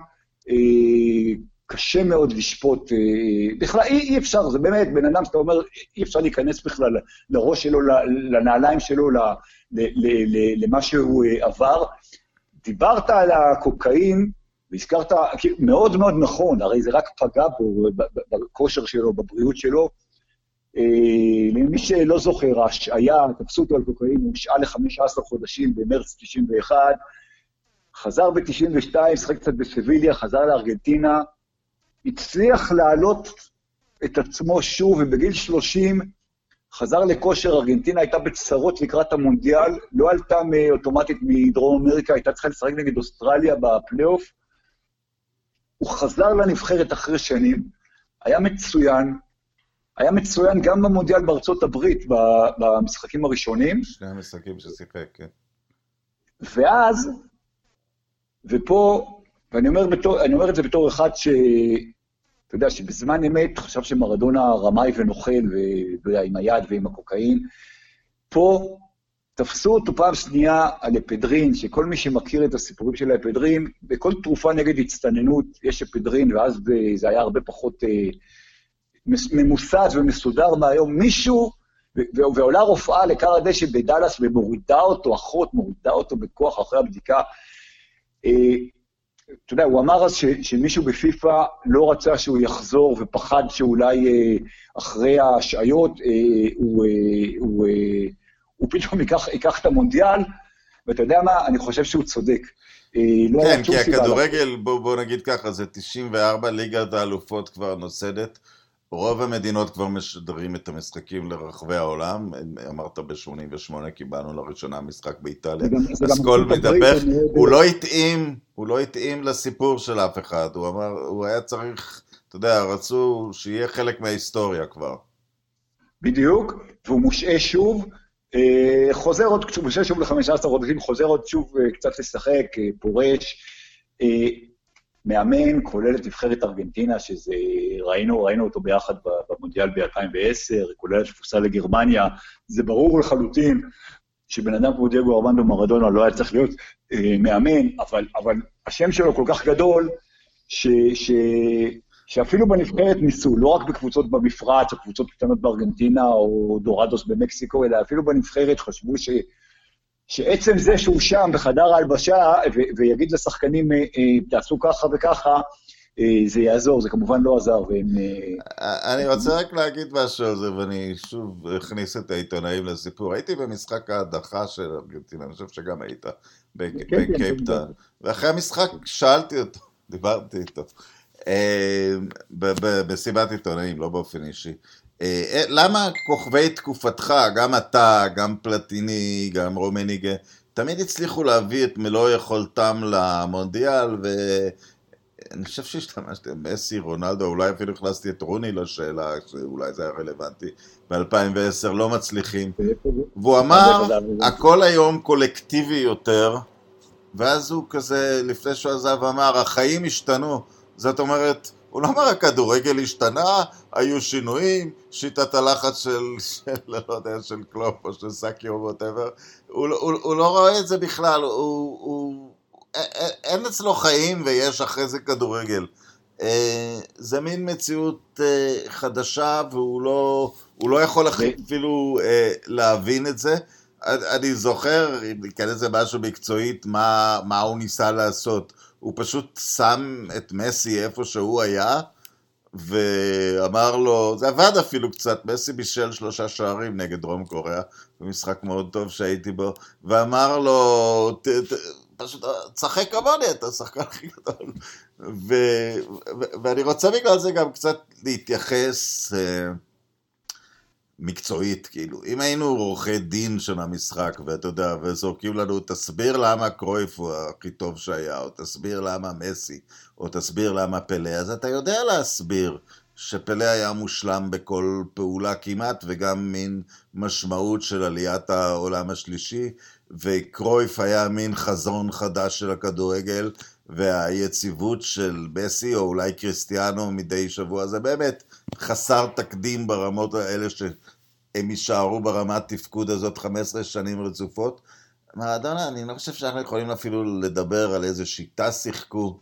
Speaker 2: קשה מאוד לשפוט, בכלל אי אפשר, זה באמת בן אדם שאתה אומר, אי אפשר להיכנס בכלל לראש שלו, לנעליים שלו, למה שהוא עבר. דיברת על הקוקאין, והזכרת, מאוד מאוד נכון, הרי זה רק פגע בו, בכושר שלו, בבריאות שלו. למי שלא זוכר, השעיה, תפסו אותו על קוקאין, הוא שעה ל-15 חודשים במרץ 91, חזר ב-92, שחק קצת בסביליה, חזר לארגנטינה, הצליח לעלות את עצמו שוב, ובגיל 30 חזר לכושר. ארגנטינה הייתה בצרות לקראת המונדיאל, לא עלתה אוטומטית מדרום אמריקה, הייתה צריכה לשחק נגד אוסטרליה בפלייאוף. הוא חזר לנבחרת אחרי שנים, היה מצוין גם במונדיאל בארצות הברית, במשחקים הראשונים.
Speaker 1: שני המשחקים ששיחק, כן.
Speaker 2: ואז, ופה, ואני אומר את זה בתור אחד אתה יודע, שבזמן אמת חשב שמרדונה רמאי ונוכל, עם היד ועם הקוקאין, פה תפסו אותו פעם שנייה על אפדרין, שכל מי שמכיר את הסיפורים של האפדרין, בכל תרופה נגד הצטננות יש אפדרין, ואז זה היה הרבה פחות ממוסד ומסודר מהיום. מישהו, ועולה רופאה לקר הדשא בדלס, ומורידה אותו, אחות מורידה אותו בכוח אחרי הבדיקה. אתה יודע, הוא אמר אז שמישהו בפיפה לא רצה שהוא יחזור, ופחד שאולי אחרי השעיות הוא פתאום ייקח את המונדיאל, ואתה יודע מה, אני חושב שהוא צודק.
Speaker 1: כן, כי הכדורגל, בוא נגיד ככה, זה 94, ליגת האלופות כבר נוסדת, רוב המדינות כבר משדרים את המשחקים לרחבי העולם, אמרת ב-88 קיבלנו לראשונה משחק באיטליה, אז כל מדבר, הוא לא התאים לסיפור של אף אחד, הוא אמר, הוא היה צריך, אתה יודע, רצו שיהיה חלק מההיסטוריה כבר.
Speaker 2: בדיוק, והוא מושעה שוב, חוזר עוד, מושעה שוב ל-15 חודשים, חוזר עוד שוב קצת לשחק, פורש, מאמן, כולל את נבחרת ארגנטינה, שזה ראינו אותו ביחד במונדיאל ב-2010, כולל התפוסה לגרמניה, זה ברור לחלוטין שבן אדם כמו דייגו ארמנדו מרדונה לא היה צריך להיות מאמן, אבל השם שלו כל כך גדול, שאפילו בנבחרת ניסו, לא רק בקבוצות במפרץ, או קבוצות קטנות בארגנטינה, או דורדוס במקסיקו, אלא אפילו בנבחרת חשבו שעצם זה שהוא שם בחדר ההלבשה, ויגיד לשחקנים, תעשו ככה וככה, זה יעזור, זה כמובן לא עזר.
Speaker 1: אני רוצה רק להגיד משהו על זה, ואני שוב אכניס את העיתונאים לסיפור. הייתי במשחק ההדחה של ארגנטינה, אני חושב שגם היית בקייפטאון, ואחרי המשחק שאלתי אותו, דיברתי איתו, בסיבת עיתונאים, לא באופן אישי. למה כוכבי תקופתך, גם אתה, גם פלטיני, גם רומניגה, תמיד הצליחו להביא את מלוא יכולתם למונדיאל, ואני חושב שהשתמשתם מסי, רונלדו, אולי אפילו הכנסתי את רוני לשאלה, שאולי זה היה רלוונטי, ב-2010 לא מצליחים, והוא אמר, הכל היום קולקטיבי יותר, ואז הוא כזה, לפני שהוא עזב, אמר, החיים השתנו, זאת אומרת, הוא לא אומר, הכדורגל השתנה, היו שינויים, שיטת הלחץ לא יודע, של קלופ או של סאקי או whatever, הוא לא רואה את זה בכלל, אין אצלו חיים ויש אחרי זה כדורגל. זה מין מציאות חדשה והוא לא יכול אפילו להבין את זה. אני זוכר, כאן איזה משהו מקצועית, מה הוא ניסה לעשות. הוא פשוט שם את מסי איפה שהוא היה, ואמר לו, זה עבד אפילו קצת, מסי בישל 3 שערים נגד דרום קוריאה, במשחק מאוד טוב שהייתי בו, ואמר לו, פשוט, צחק כמוני, אתה שחקן הכי גדול. ואני רוצה בגלל זה גם קצת להתייחס מקצועית, כאילו. אם היינו עורכי דין של המשחק, ואתה יודע, וזורקים לנו, תסביר למה קרויף הוא הכי טוב שהיה, או תסביר למה מסי, או תסביר למה פלא, אז אתה יודע להסביר שפלא היה מושלם בכל פעולה כמעט, וגם מין משמעות של עליית העולם השלישי, וקרויף היה מין חזון חדש של הכדורגל, והיציבות של מסי, או אולי קריסטיאנו מדי שבוע, זה באמת חסר תקדים ברמות האלה שהם יישארו ברמת תפקוד הזאת 15 שנים רצופות. מרדונה, אני לא חושב שאנחנו יכולים אפילו לדבר על איזו שיטה שיחקו,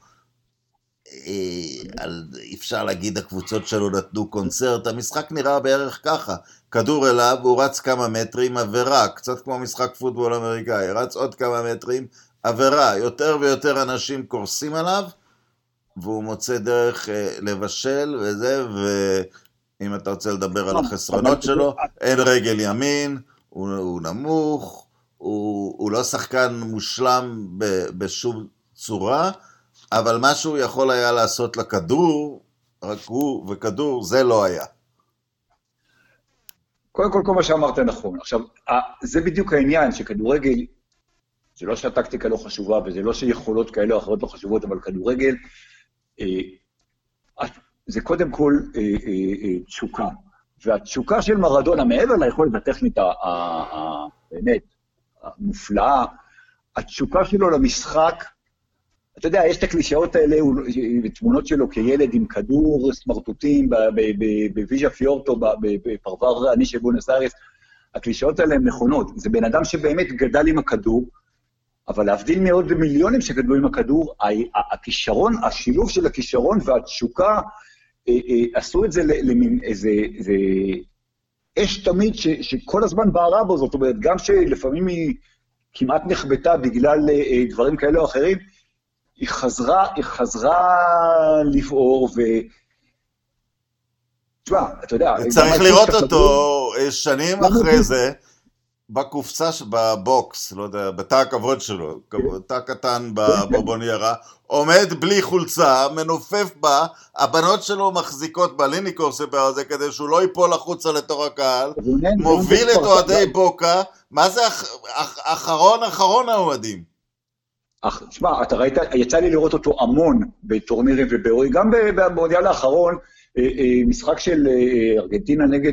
Speaker 1: אפשר להגיד הקבוצות שלו נתנו קונצרט, המשחק נראה בערך ככה, כדור אליו, הוא רץ כמה מטרים, עבירה, קצת כמו משחק פוטבול אמריקאי, רץ עוד כמה מטרים, עבירה, יותר ויותר אנשים קורסים עליו, והוא מוצא דרך לבשל וזה, ואם אתה רוצה לדבר על החסרונות שלו, אין רגל ימין, הוא נמוך, הוא לא שחקן מושלם בשום צורה, אבל מה שהוא יכול היה לעשות לכדור, רק הוא וכדור, זה לא היה.
Speaker 2: קודם כל מה שאמרת נכון. עכשיו, זה בדיוק העניין, שכדורגל, זה לא שהטקטיקה לא חשובה, וזה לא שיכולות כאלה או אחרות לא חשובות, אבל כדורגל, זה קודם כל תשוקה. והתשוקה של מרדונה, מעבר ליכולת הטכנית באמת המופלאה, התשוקה שלו למשחק, אתה יודע, יש את הקלישאות האלה, תמונות שלו כילד עם כדור סמרטוטים בוויז'ה פיורטו, בפרבר אני של בונוס איירס, הקלישאות האלה הן נכונות. זה בן אדם שבאמת גדל עם הכדור, אבל להבדיל מאוד מיליונים שגדלו עם הכדור, הכישרון, השילוב של הכישרון והתשוקה, עשו את זה למין איזה אש תמיד שכל הזמן בערה בו, זאת אומרת, גם שלפעמים היא כמעט נחבטה בגלל דברים כאלה או אחרים, היא חזרה לבעור, תשמע, אתה יודע...
Speaker 1: צריך לראות אותו שנים אחרי זה, בקופסה, בבוקס, לא יודע, בתא הכבוד שלו, תא קטן בבוניירה, עומד בלי חולצה, מנופף בה, הבנות שלו מחזיקות בליניקורס הזה כדי שהוא לא ייפול החוצה לתוך הקהל, מוביל את אוהדי בוקה, מה זה אחרון האוהדים?
Speaker 2: תשמע, אתה ראית, יצא לי לראות אותו המון בטורנירים ובאירועים, גם במונדיאל האחרון, משחק של ארגנטינה נגד...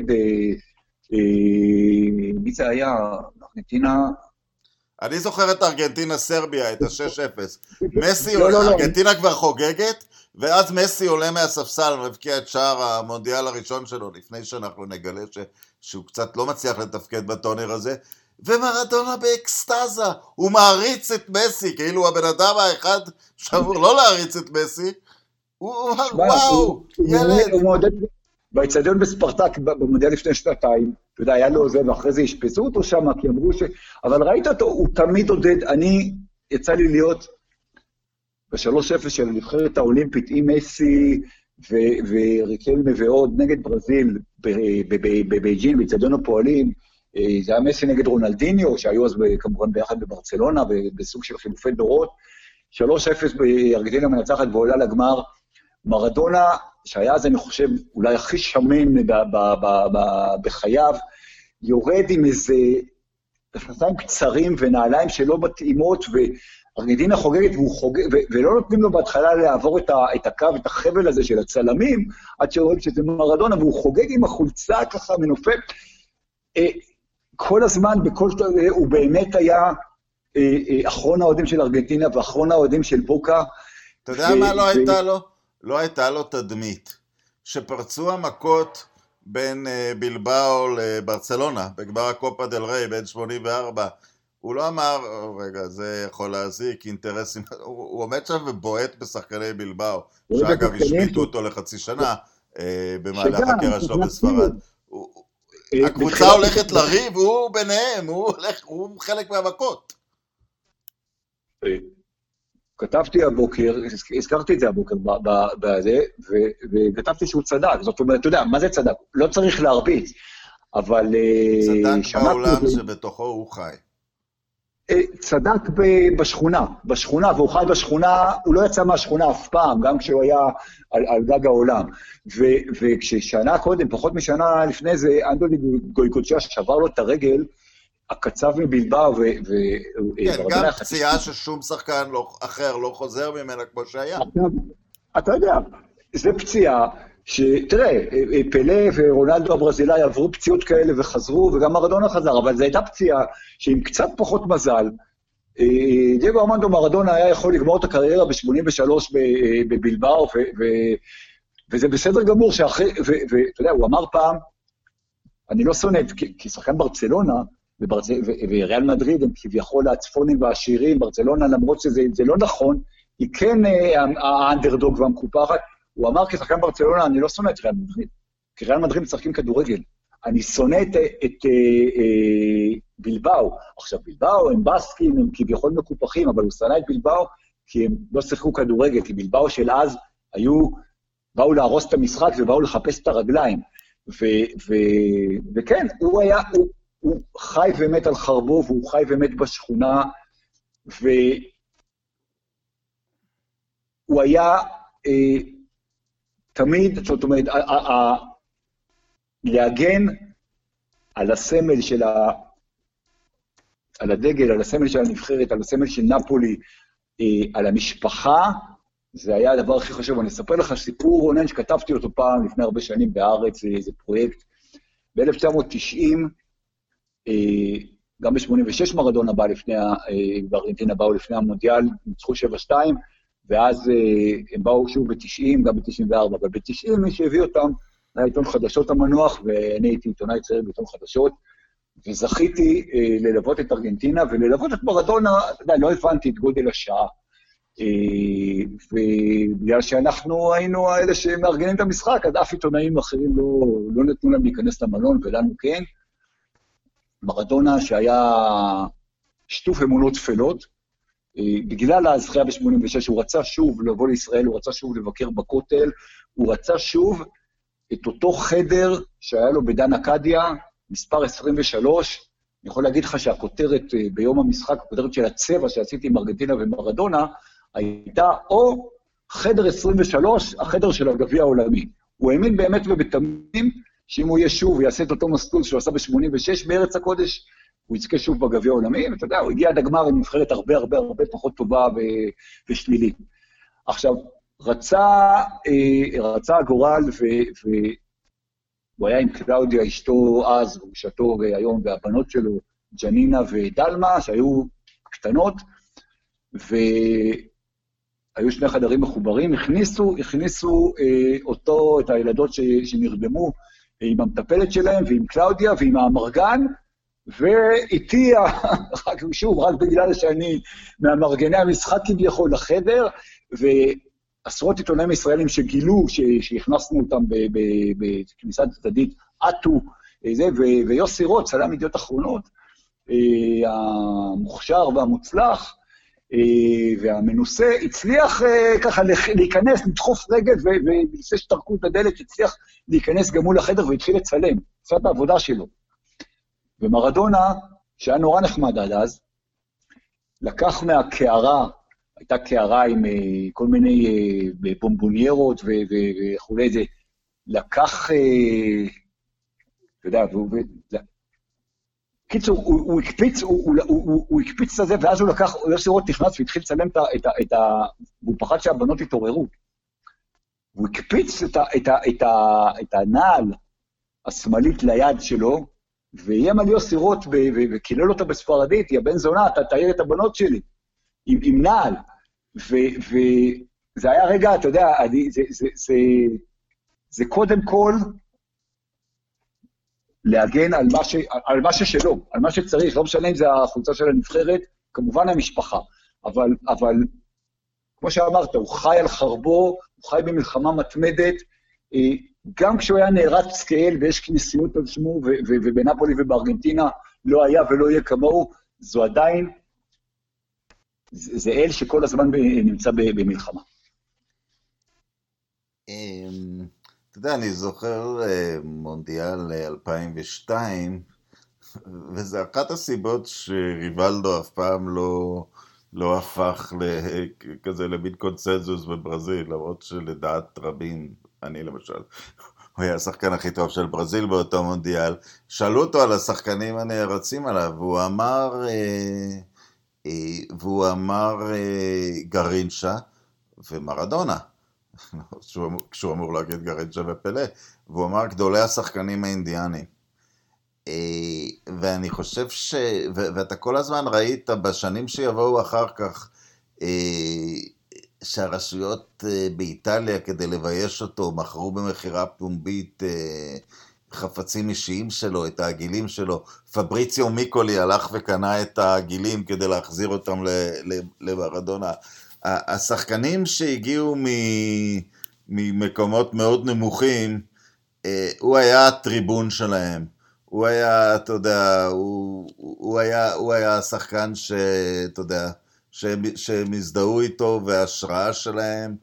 Speaker 2: מי זה היה? ארגנטינה...
Speaker 1: אני זוכר את ארגנטינה סרביה, את ה-6-0. מסי, ארגנטינה כבר חוגגת, ואז מסי עולה מהספסל, מבקיע את שער המונדיאל הראשון שלו, לפני שאנחנו נגלה שהוא קצת לא מצליח לתפקד בטורניר הזה, ומרדונה באקסטאזה, הוא מעריץ את מסי, כאילו הבן אדם האחד שאמור לא להריץ את מסי, הוא אמר, וואו, ילד.
Speaker 2: הוא מעודד... באצטדיון בספרטק, במונדיאל לפני שנתיים, אתה יודע, היה לו זה, ואחרי זה השפזו אותו שם, כי אמרו אבל ראית אותו, הוא תמיד עודד, יצא לי להיות ב-3-0 של הנבחרת האולימפית, עם מסי וריקלמה ועוד, נגד ברזיל, בבייג'ין, באצטדיון הפועלים, זה היה מסי נגד רונלדיניו, שהיו אז כמובן ביחד בברצלונה, בסוג של חילופי דורות, 3-0 בארגנטינה מנצחת ועולה לגמר, מרדונה, שהיה אז אני חושב אולי הכי שמן בחייו, יורד עם איזה מכנסיים קצרים ונעליים שלא מתאימות, וארגנטינה חוגגת ולא נותנים לו בהתחלה לעבור את הקו, את החבל הזה של הצלמים, עד שרואים שזה מרדונה, והוא חוגג עם החולצה ככה מנופף. כל הזמן, הוא באמת היה אחרון האוהדים של ארגנטינה ואחרון האוהדים של בוקה.
Speaker 1: אתה יודע מה לא הייתה לו? לא הייתה לו תדמית, שפרצו המכות בין בלבאו לברצלונה, בגמר הקופה דל ריי בין 84, הוא לא אמר, רגע, זה יכול להזיק, אינטרסים, הוא עומד שם ובועט בשחקני בלבאו, שאגב השמיטו אותו לחצי שנה, במהלך הקרע שלו בספרד. הקבוצה הולכת לריב, הוא ביניהם, הוא חלק מהמכות.
Speaker 2: כתבתי הבוקר, הזכרתי את זה הבוקר בזה, וכתבתי שהוא צדק, זאת אומרת, אתה יודע, מה זה צדק? לא צריך להרביץ, אבל...
Speaker 1: צדק בעולם שבתוכו הוא חי.
Speaker 2: צדק בשכונה, והוא חי בשכונה, הוא לא יצא מהשכונה אף פעם, גם כשהוא היה על גג העולם. וכששנה קודם, פחות משנה לפני זה, אנדוני גויקוצ'יה שבר לו את הרגל, הקצב מבלבאו
Speaker 1: כן, גם פציעה ששום שחקן אחר לא חוזר ממנה כמו שהיה.
Speaker 2: אתה יודע, זה פציעה שתראה, פלה ורונלדו הברזילאי עברו פציעות כאלה וחזרו, וגם מרדונה חזר, אבל זו הייתה פציעה שעם קצת פחות מזל, דייגו ארמנדו מרדונה היה יכול לגמור את הקריירה ב-83 בבלבאו, וזה בסדר גמור שאחרי, ואתה יודע, הוא אמר פעם, אני לא שונא, כי שחקן ברצלונה, וריאל מדריד הם כביכול הצפונים והעשירים, ברצלונה למרות שזה לא נכון, היא כן האנדרדוג והמקופחת, הוא אמר כשחקן ברצלונה, אני לא שונא את ריאל מדריד, כי ריאל מדריד משחקים כדורגל, אני שונא את בלבאו, עכשיו בלבאו הם בסקים, הם כביכול מקופחים, אבל הוא שונא את בלבאו, כי הם לא שיחקו כדורגל, כי בלבאו של אז באו להרוס את המשחק ובאו לחפש את הרגליים, וכן, הוא חי ומת על חרבו, והוא חי ומת בשכונה, הוא היה תמיד, זאת אומרת, להגן על הסמל של על הדגל, על הסמל של הנבחרת, על הסמל של נפולי, על המשפחה, זה היה הדבר הכי חשוב. אני אספר לך סיפור, רונן, שכתבתי אותו פעם לפני הרבה שנים בארץ, זה פרויקט. ב-1990, גם ב-86 מרדונה בא בארגנטינה באו לפני המונדיאל, ניצחו 7-2, ואז הם באו שוב ב-90, גם ב-94, אבל ב-90 מי שהביא אותם, היה עיתון חדשות המנוח, ואני הייתי עיתונאי צעיר בעיתון חדשות, וזכיתי ללוות את ארגנטינה, וללוות את מרדונה, לא הבנתי את גודל השעה, ובגלל שאנחנו היינו האלה שמארגנים את המשחק, אז אף עיתונאים אחרים לא נתנו להם להיכנס למלון, ולנו כן. מרדונה שהיה שטוף אמונות תפלות, בגלל הזכייה ב-86, הוא רצה שוב לבוא לישראל, הוא רצה שוב לבקר בכותל, הוא רצה שוב את אותו חדר שהיה לו בדן אקדיה, מספר 23, אני יכול להגיד לך שהכותרת ביום המשחק, הכותרת של הצבע שעשיתי עם ארגנטינה ומרדונה, הייתה או חדר 23, החדר של הגביע העולמי. הוא האמין באמת ובתמים, שאם הוא יהיה שוב, יעשה את אותו מסלול שהוא עשה ב-86 בארץ הקודש, הוא יזכה שוב בגביע העולמי, ואתה יודע, הוא הגיע עד הגמר עם נבחרת הרבה הרבה הרבה פחות טובה ושלילית. עכשיו, רצה הגורל, והוא היה עם קלאודיה, אשתו אז, וגשתו היום, והבנות שלו, ג'נינה ודלמה, שהיו קטנות, והיו שני חדרים מחוברים, הכניסו אותו, את הילדות שנרדמו, עם המטפלת שלהם, ועם קלאודיה, ועם המרגן, ואיתי, שוב, רק בגלל שאני מהמרגני המשחק כביכול לחדר, ועשרות עיתונאים ישראלים שגילו, שהכנסנו אותם בכניסה צדדית, עטו, ויוסי רוט, צלם ידיעות אחרונות, המוכשר והמוצלח, והמנוסה, הצליח ככה להיכנס, לדחוף רגל, ולפני שטרקו את הדלת, הצליח להיכנס גם מול החדר, והתחיל לצלם, עשה את העבודה שלו. ומרדונה, שהיה נורא נחמד עד אז, לקח מהקערה, הייתה קערה עם כל מיני בומבוניירות וכולי, זה לקח, אתה יודע, קיצור, הוא הקפיץ את זה, ואז הוא לקח, יוסי רוט נכנס והתחיל לצלם והוא פחד שהבנות התעוררו. הוא הקפיץ את הנעל השמאלית ליד שלו, ואיים על יוסי רוט וקילל אותה בספרדית, יא בן זונה, אתה תעיר את הבנות שלי, עם נעל. וזה היה רגע, אתה יודע, זה קודם כל, להגן על מה ששלו, על מה שצריך, לא משנה אם זה החולצה של הנבחרת, כמובן המשפחה, אבל כמו שאמרת, הוא חי על חרבו, הוא חי במלחמה מתמדת, גם כשהוא היה נערץ כאל, ויש כנסיות על שמו, ובנפולי ובארגנטינה לא היה ולא יהיה כמוהו, זו עדיין, זה אל שכל הזמן נמצא במלחמה.
Speaker 1: אתה יודע, אני זוכר מונדיאל 2002, וזה אחת הסיבות שריבלדו אף פעם לא הפך כזה למין קונצנזוס בברזיל, למרות שלדעת רבים, אני למשל, הוא היה השחקן הכי טוב של ברזיל באותו מונדיאל, שאלו אותו על השחקנים הנערצים עליו, והוא אמר גרינשה ומרדונה. כשהוא אמור להגיד גרינצ'ה ופלה, והוא אמר גדולי השחקנים האינדיאנים. ואני חושב ואתה כל הזמן ראית בשנים שיבואו אחר כך, שהרשויות באיטליה כדי לבייש אותו, מכרו במחירה פומבית חפצים אישיים שלו, את העגילים שלו. פבריציו מיקולי הלך וקנה את העגילים כדי להחזיר אותם למרדונה. השחקנים שהגיעו ממקומות מאוד נמוכים, הוא היה הטריבון שלהם. הוא היה, אתה יודע, הוא היה השחקן אתה יודע, שהם הזדהו איתו וההשראה שלהם,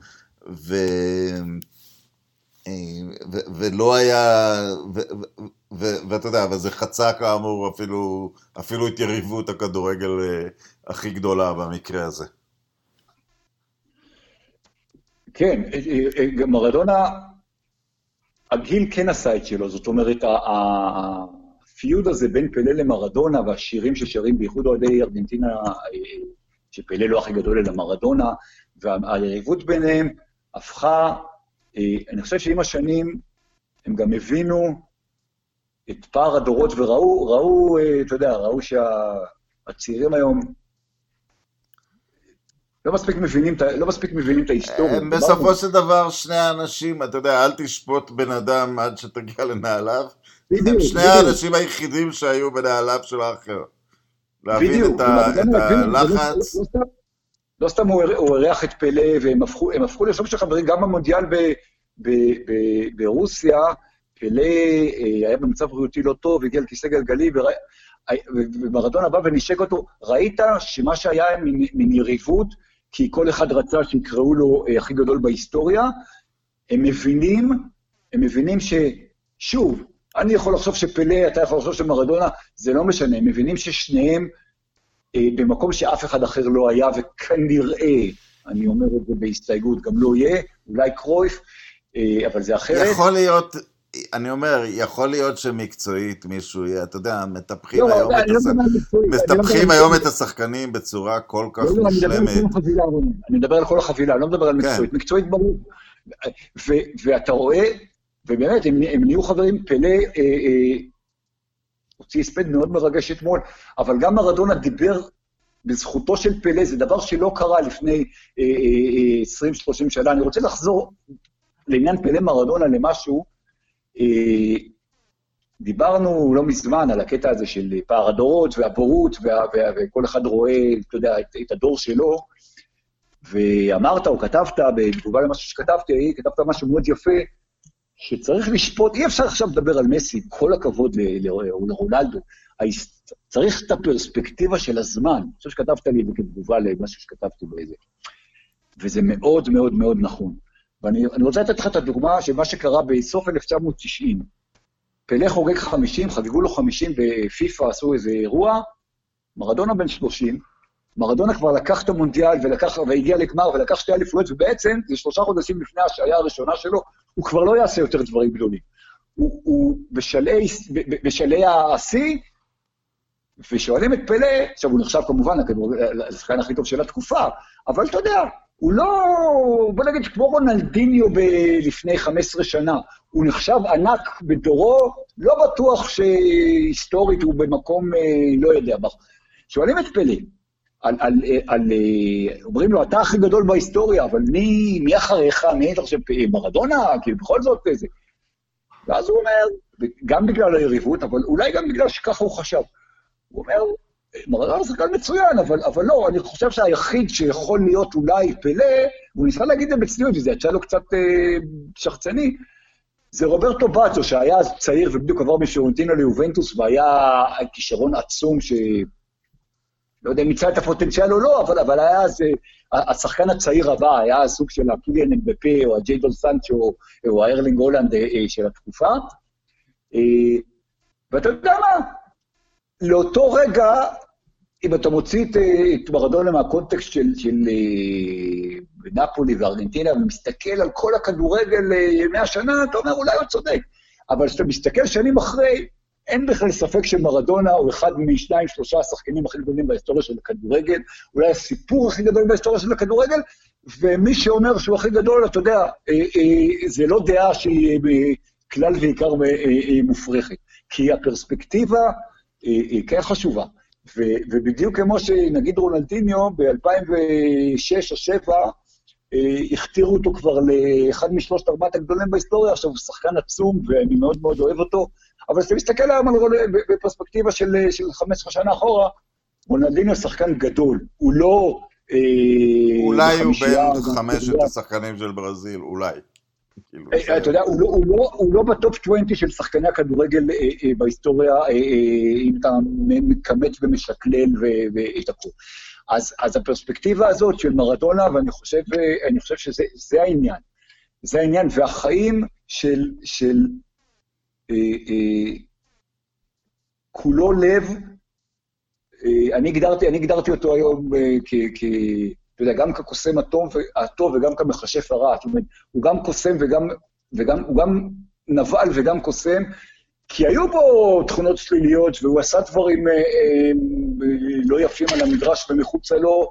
Speaker 1: ולא היה, ואתה יודע, אבל זה חצה כאמור אפילו את יריבות הכדורגל הכי גדולה במקרה הזה.
Speaker 2: כן, גם מרדונה, הגיל כן עשה את שלו, זאת אומרת, הפיוד הזה בין פלה למרדונה, והשירים ששרים בייחוד אוהדי ארגנטינה, שפלה לא הכי גדול אלא מרדונה, והיריבות ביניהם הפכה, אני חושב שעם השנים הם גם הבינו את פער הדורות וראו, אתה יודע, ראו שהצעירים היום לא מספיק מבינים את ההיסטוריה.
Speaker 1: הם בסופו של דבר שני האנשים, אתה יודע, אל תשפוט בן אדם עד שתגיע לנעליו. הם שני האנשים היחידים שהיו בנעליו של האחר. להבין את הלחץ.
Speaker 2: לא סתם הוא ערך את פלה, והם הפכו לסוג של חברים, גם במונדיאל ברוסיה, פלה היה במצב בריאותי לא טוב, הגיע לכיסא גלגלי, ומרדונה בא ונשק אותו. ראית שמה שהיה מן יריבות, כי כל אחד רצה שיקראו לו הכי גדול בהיסטוריה, הם מבינים ששוב, אני יכול לחשוב שפלה, אתה יכול לחשוב שמרדונה, זה לא משנה, הם מבינים ששניהם במקום שאף אחד אחר לא היה, וכנראה, אני אומר את זה בהסתייגות, גם לא יהיה, אולי קרויף, אבל זה אחרת.
Speaker 1: יכול להיות, אני אומר, יכול להיות שמקצועית מישהו יהיה, אתה יודע, מטפחים היום את השחקנים בצורה כל כך מושלמת.
Speaker 2: אני מדבר על כל החבילה, לא מדבר על מקצועית. מקצועית ברור. ואתה רואה, ובאמת, הם נהיו חברים, פלה הוציא הספד מאוד מרגש אתמול, אבל גם מרדונה דיבר בזכותו של פלה, זה דבר שלא קרה לפני 20-30 שנה. אני רוצה לחזור לעניין פלה מרדונה למשהו, דיברנו לא מזמן על הקטע הזה של פער הדורות והבורות, וכל אחד רואה, אתה יודע, את הדור שלו, ואמרת או כתבת, בתגובה למשהו שכתבתי, כתבת משהו מאוד יפה, שצריך לשפוט, אי אפשר עכשיו לדבר על מסי, כל הכבוד לרונלדו, צריך את הפרספקטיבה של הזמן, אני חושב שכתבת לי כתגובה למשהו שכתבתי באיזה, וזה מאוד מאוד מאוד נכון. ואני רוצה לתת לך את הדוגמה של מה שקרה בסוף 1990. פלה חוגג 50, חגגו לו 50 בפיפה, עשו איזה אירוע, מרדונה בן 30, מרדונה כבר לקח את המונדיאל והגיע לגמר ולקח 2 אליפויות, ובעצם זה 3 חודשים לפני השעיה הראשונה שלו, הוא כבר לא יעשה יותר דברים גדולים. הוא בשלהי השיא, ושואלים את פלה, עכשיו הוא נחשב כמובן לשחקן הכי טוב של התקופה, אבל אתה יודע, הוא לא, בוא נגיד, כמו רונלדיניו לפני 15 שנה, הוא נחשב ענק בדורו, לא בטוח שהיסטורית הוא במקום, לא יודע, שואלים את פלה, אומרים לו, אתה הכי גדול בהיסטוריה, אבל מי אחריך, מי אתה חושב, מרדונה, כאילו בכל זאת איזה. ואז הוא אומר, גם בגלל היריבות, אבל אולי גם בגלל שככה הוא חשב. הוא אומר, מרדונה זה כאן מצוין, אבל לא, אני חושב שהיחיד שיכול להיות אולי פלה, הוא ניסה להגיד את זה בצניעות, וזה יצא לו קצת שחצני, זה רוברטו בצ'ו, שהיה אז צעיר ובדיוק עבר מפיורנטינה ליובנטוס, והיה כישרון עצום לא יודע אם מצא את הפוטנציאל או לא, אבל היה אז, השחקן הצעיר הבא, היה סוג של הקיליאן אמבפה, או הג'יידון סנצ'ו, או הארלינג הולנד של התקופה. ואתה יודע מה? לאותו רגע, אם אתה מוציא את מרדונה מהקונטקסט של נפולי וארגנטינה, ומסתכל על כל הכדורגל ימי השנה, אתה אומר, אולי הוא צודק. אבל כשאתה מסתכל שנים אחרי, אין בכלל ספק שמרדונה הוא אחד מ2-3 השחקנים הכי גדולים בהיסטוריה של הכדורגל, אולי הסיפור הכי גדול בהיסטוריה של הכדורגל, ומי שאומר שהוא הכי גדול, אתה יודע, זה לא דעה שהיא בכלל ועיקר מופרכת, כי הפרספקטיבה כן חשובה, ובדיוק כמו שנגיד רונלדיניו ב-2006 או 2007, הכתירו אותו כבר לאחד מ3-4 הגדולים בהיסטוריה, עכשיו הוא שחקן עצום ואני מאוד מאוד אוהב אותו, אבל כשאתה מסתכל היום בפרספקטיבה של 15 שנה אחורה, רונלדיניו שחקן גדול, הוא לא...
Speaker 1: אולי הוא בין 5 השחקנים של ברזיל, אולי.
Speaker 2: אתה יודע, הוא לא בטופ 20 של שחקני הכדורגל בהיסטוריה, אם אתה מקמת ומשקלל ואת הכל. אז הפרספקטיבה הזאת של מרדונה, ואני חושב שזה העניין. זה העניין, והחיים של כולו לב, אני הגדרתי אותו היום אתה יודע, גם כקוסם הטוב וגם כמכשף הרע, זאת אומרת, הוא גם קוסם הוא גם נבל וגם קוסם, כי היו בו תכונות שליליות, והוא עשה דברים לא יפים על המדרש ומחוצה לו,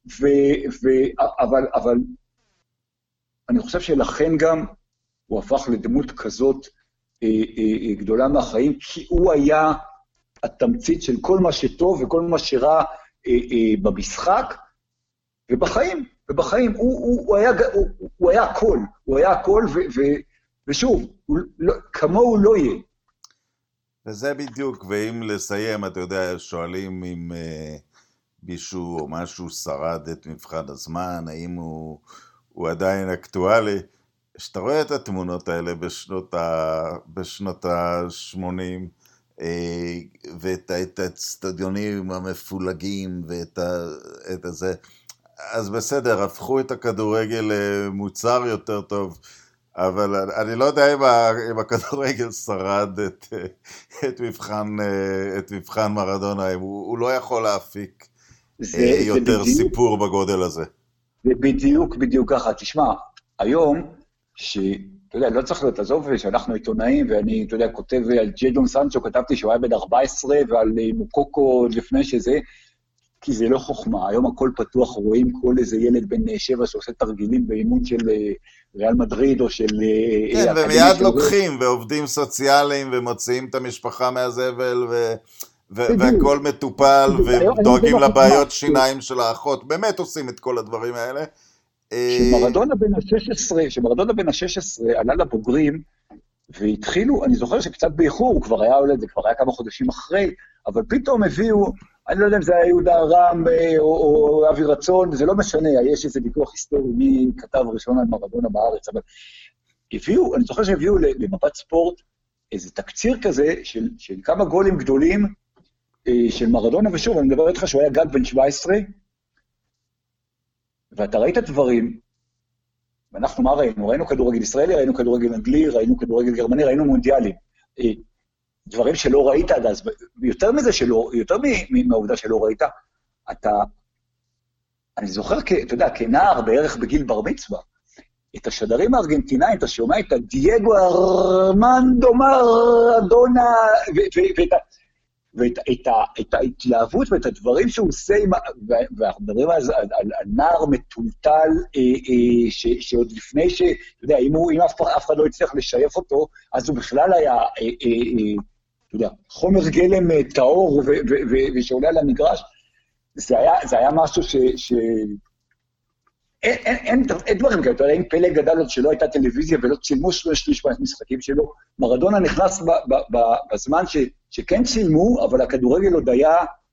Speaker 2: אבל אני חושב שלכן גם הוא הפך לדמות כזאת גדולה מהחיים, כי הוא היה התמצית של כל מה שטוב וכל מה שרע במשחק, ובחיים הוא היה הכל, ושוב, כמוהו לא יהיה.
Speaker 1: וזה בדיוק, ואם לסיים, אתה יודע, שואלים אם מישהו או משהו שרד את מבחן הזמן, האם הוא עדיין אקטואלי. כשאתה רואה את התמונות האלה בשנות ה-80, ואת האצטדיונים המפולגים ואת הזה, אז בסדר, הפכו את הכדורגל למוצר יותר טוב, אבל אני לא יודע אם הכדורגל שרד את מבחן מרדונה, הוא לא יכול להפיק יותר סיפור בגודל הזה.
Speaker 2: זה בדיוק ככה. תשמע, היום, אתה יודע, לא צריך להיות עזוב שאנחנו עיתונאים, ואני, אתה יודע, כותב על ג'דון סנצ'ו, כתבתי שהוא היה בן 14, ועל מוקוקו לפני שזה, כי זה לא חוכמה, היום הכל פתוח, רואים כל איזה ילד בן 7 שעושה תרגילים באימון של ריאל מדריד, או של...
Speaker 1: כן, ומיד לוקחים, ועובדים סוציאליים, ומוציאים את המשפחה מהזבל, והכל מטופל, ודואגים לבעיות שיניים של האחות, באמת עושים את כל הדברים האלה.
Speaker 2: שמרדונה בן ה-16 עלה לבוגרים, והתחילו, אני זוכר שקצת באיחור, הוא כבר היה הולד, זה כבר היה כמה חודשים אחרי, אבל פתאום הביאו, אני לא יודע אם זה היה יהודה רם או אבי רצון, זה לא משנה, יש איזה ויכוח היסטורי, מי כתב ראשון על מרדונה בארץ, אבל הביאו, אני זוכר שהביאו למבט ספורט, איזה תקציר כזה של כמה גולים גדולים של מרדונה, ושוב, אני מדבר איתך שהוא היה גג בן 17, ואתה ראית דברים, ואנחנו מה ראינו? ראינו כדורגל ישראלי, ראינו כדורגל אנגלי, ראינו כדורגל גרמני, ראינו מונדיאלים. דברים שלא ראית עד אז, יותר מהעובדה שלא ראית, אני זוכר, אתה יודע, כנער בערך בגיל בר מצווה, את השדרים הארגנטינאים, אתה שומע את דייגו ארמנדו מרדונה, ואת ההתלהבות ואת הדברים שהוא עושה, ואנחנו מדברים על נער מטולטל, שעוד לפני אתה יודע, אם אף אחד לא הצליח לשייף אותו, אז הוא בכלל היה, אתה יודע, חומר גלם טהור, ושעולה על המגרש, זה היה משהו אין דברים כאלה, אתה יודע, אם פלא גדל עוד שלא הייתה טלוויזיה ולא צילמו שליש מהמשחקים שלו, מרדונה נכנס בזמן שכן צילמו, אבל הכדורגל עוד היה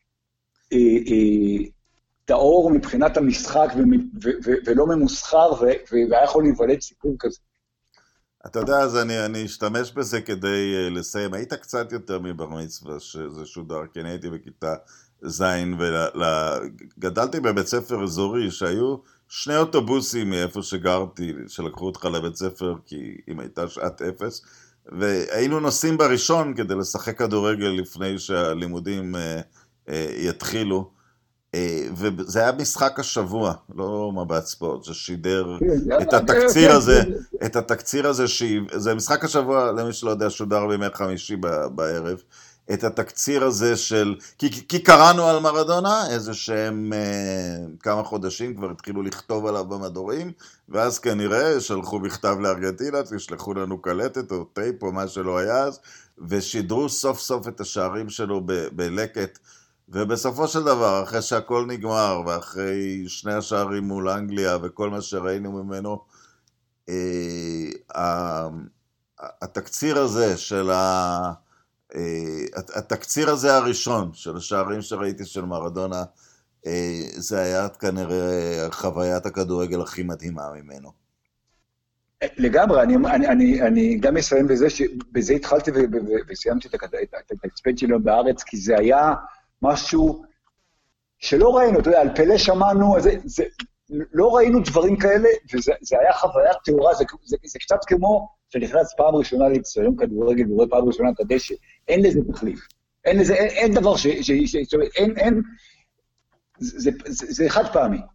Speaker 2: טהור מבחינת המשחק ולא ממוסחר, והיה יכול להיוולד סיפור כזה.
Speaker 1: אתה יודע, אז אני אשתמש בזה כדי לסיים. היית קצת יותר מבר מצווה שזה שודר, כי אני הייתי בכיתה זין, וגדלתי בבית ספר אזורי שהיו 2 אוטובוסים מאיפה שגרתי, שלקחו אותך לבית ספר, כי אם הייתה שעת 0, והיינו נוסעים בראשון כדי לשחק כדורגל לפני שהלימודים יתחילו, וזה היה משחק השבוע, לא מבט ספורט, ששידר את התקציר הזה, זה משחק השבוע, למי שלא יודע, שודר בימי חמישי בערב, את התקציר הזה של, כי קראנו על מרדונה, איזה שהם כמה חודשים כבר התחילו לכתוב עליו במדורים, ואז כנראה שלחו בכתב לארגנטינה, תשלחו לנו קלטת או טייפ או מה שלא היה אז, ושידרו סוף סוף את השערים שלו בלקט, ובסופו של דבר, אחרי שהכל נגמר, ואחרי 2 השערים מול אנגליה וכל מה שראינו ממנו, התקציר הזה של התקציר הזה הראשון של השערים שראיתי של מרדונה, זה היה כנראה חוויית הכדורגל הכי מדהימה ממנו.
Speaker 2: לגמרי, אני גם אסיים בזה, שבזה התחלתי וסיימתי את ההצפד שלו בארץ, כי זה היה משהו שלא ראינו, אתה יודע, על פלא שמענו, לא ראינו דברים כאלה, וזה היה חוויית תאורה, זה קצת כמו שנכנס פעם ראשונה לאצטדיון כדורגל, ורואה פעם ראשונה את הדשא, אין לזה תחליף, אין דבר זה חד פעמי.